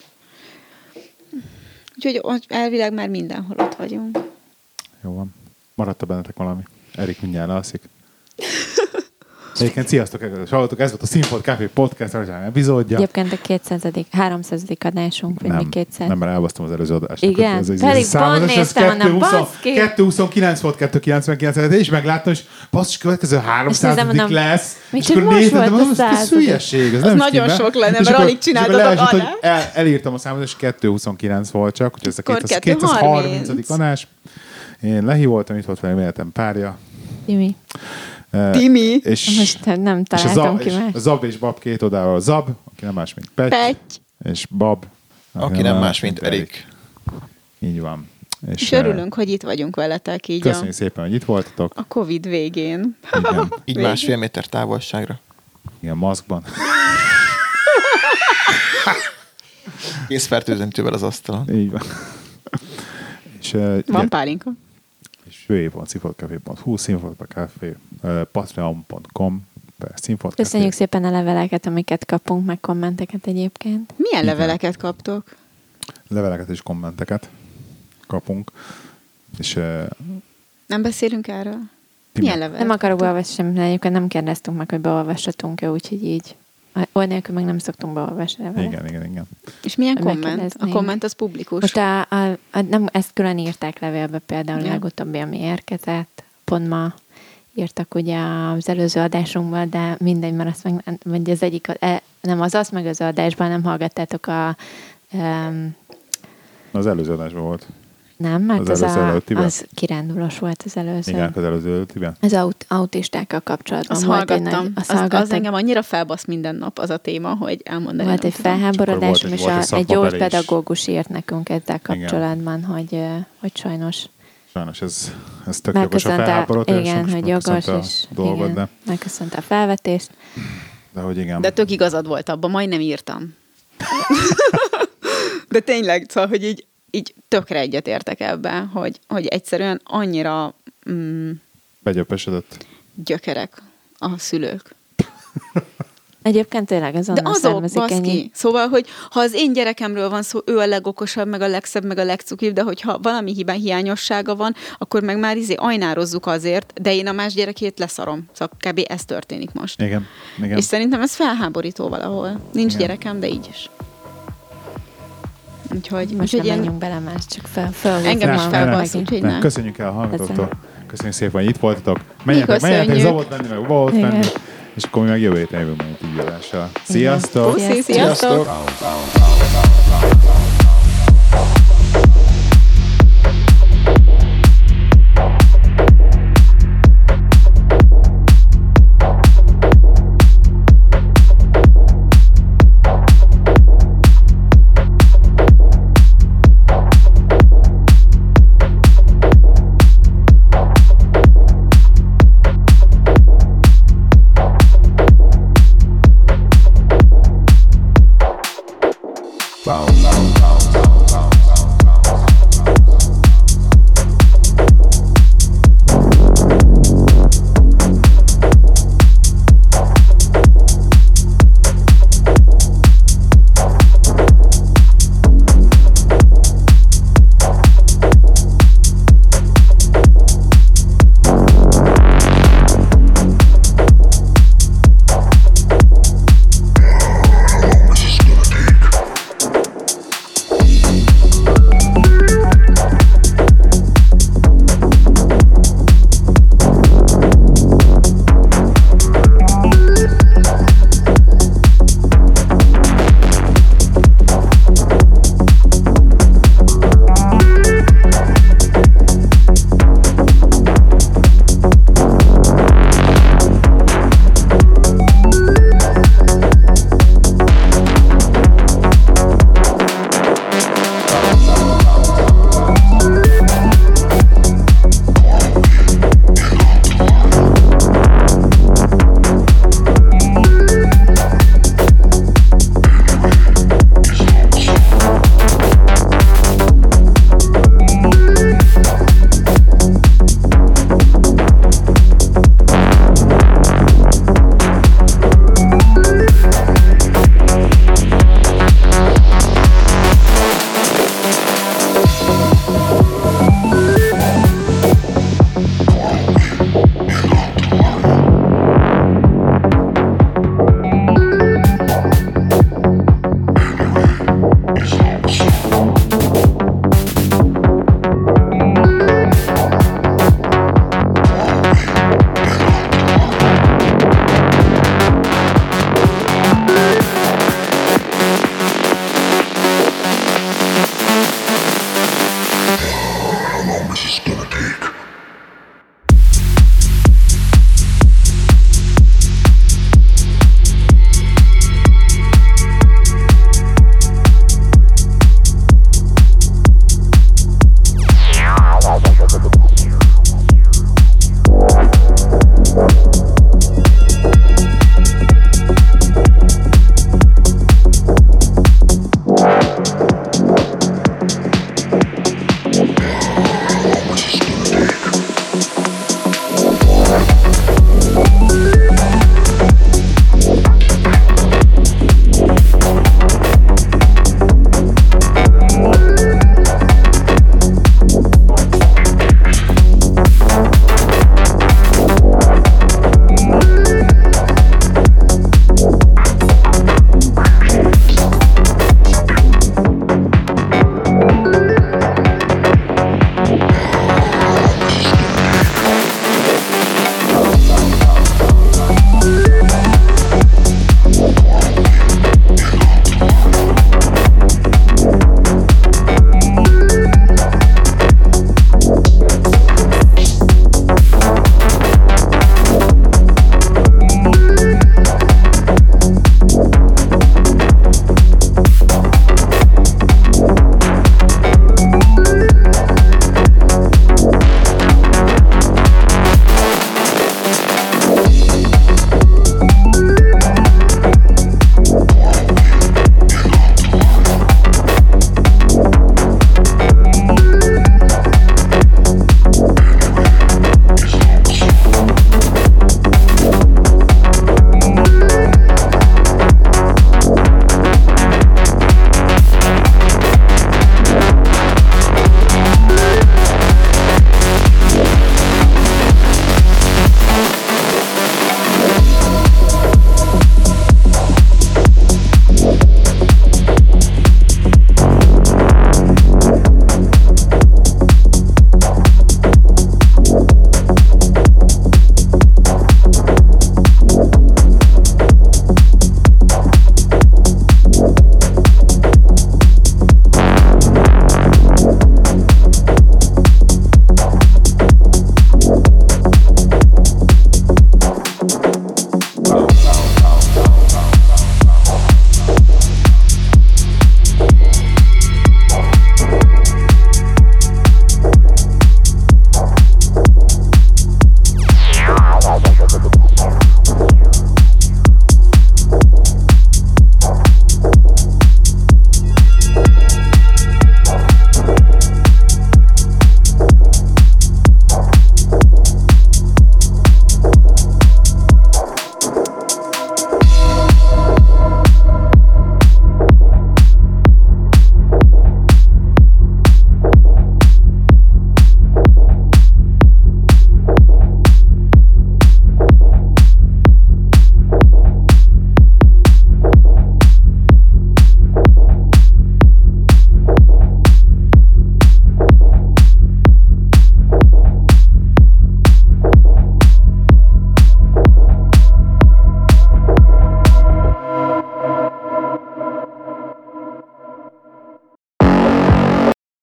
Úgyhogy elvileg már mindenhol ott vagyunk. Jó van. Maradt-e bennetek valami? Erik mindjárt alszik. Egyébként sziasztok, hallottuk, ez volt a Színfolt Café Podcast epizódja. Egyébként a kétszázadik, háromszázadik adásunk, vagy nem, még kétszer. Nem, mert elbasztom az előző adást. Igen, ez pedig pont néztem, hanem baszki. kettő huszonkilenc volt, kettő kilencvenkilenc, de is megláttam, és basszus, következő háromszázadik lesz. És csak most volt a századik. Ez az nagyon sok lenne, mert alig csináltatok adást. Elírtam a számot, és kettő huszonkilenc volt csak, úgyhogy ez a kétszázharminc adás. Én Lehi voltam, itt volt velem életem párja. Timi. Uh, Timi. És, most nem találtam ki már. Zab és Bab két oldalról Zab, aki nem más, mint Petty. Petty. És Bab. Aki, aki nem más, mint Erik. Erik. Így van. És, és örülünk, hogy itt vagyunk veletek. Így köszönjük a, szépen, hogy itt voltatok. A Covid végén. Igen. Így másfél méter távolságra. Igen, maszkban. Készfertőzentővel az asztalon. Így van. És, uh, van ugye, pálinka. És www pont színfoltcafé pont hu, színfoltcafé, uh, patreon pont com, színfoltcafé. Köszönjük szépen a leveleket, amiket kapunk, meg kommenteket egyébként. Milyen igen. leveleket kaptok? Leveleket és kommenteket kapunk. És, uh, nem beszélünk erről? Milyen leveleket? Nem akarok beolvasni semmit, egyébként nem kérdeztünk meg, hogy beolvassatunk-e, úgyhogy így. Olyan nélkül meg nem szoktunk beolvasni levelet. Igen, igen, igen. És milyen komment? A komment az publikus. Most a, a, a, nem, ezt külön írták levélbe, például ja. legutóbbi, ami érkezett. Pont ma írtak ugye az előző adásunkban, de mindegy, mert azt meg, vagy az egyik, nem az azt meg az adásban nem hallgattátok a... Um, az előző adásban volt. Nem, mert az, az, a, az kirándulós volt az előző. Igen, az előző előttiben. Az aut, autistákkal kapcsolatban azt volt egy nagy... Az, az, az engem annyira felbasz minden nap az a téma, hogy elmondani. Volt egy felháborodásom, és a, egy jó pedagógus írt nekünk ezzel kapcsolatban, igen. hogy, hogy sajnos... Sajnos ez, ez tök jogos a felháborodás. Igen, hogy jogos, és dolgot, igen, de... megköszönte a felvetést. De hogy igen. De tök igazad volt abban, majdnem írtam. De tényleg, szóval, hogy így így tökre egyetértek ebben, hogy, hogy egyszerűen annyira mm, begyöpesedett gyökerek a szülők. Egyébként tényleg ez onnan származik ennyi. Szóval, hogy ha az én gyerekemről van szó, ő a legokosabb, meg a legszebb, meg a legcukibb, de hogyha valami hibán hiányossága van, akkor meg már izé ajnározzuk azért, de én a más gyerekét leszarom. Szóval kb. Ez történik most. Igen, igen. És szerintem ez felháborító valahol. Nincs igen. gyerekem, de így is. Úgyhogy, most úgyhogy nem menjünk bele más, csak fel, fel engem is felbasz, úgyhogy nem. Köszönjük el a hallgatóktól. Köszönjük szépen, hogy itt voltatok. Menjetek, menjetek, zabot venni, meg volt venni. És akkor mi meg jövő héten jövünk majd így adással. Sziasztok! Puszi, sziasztok! sound.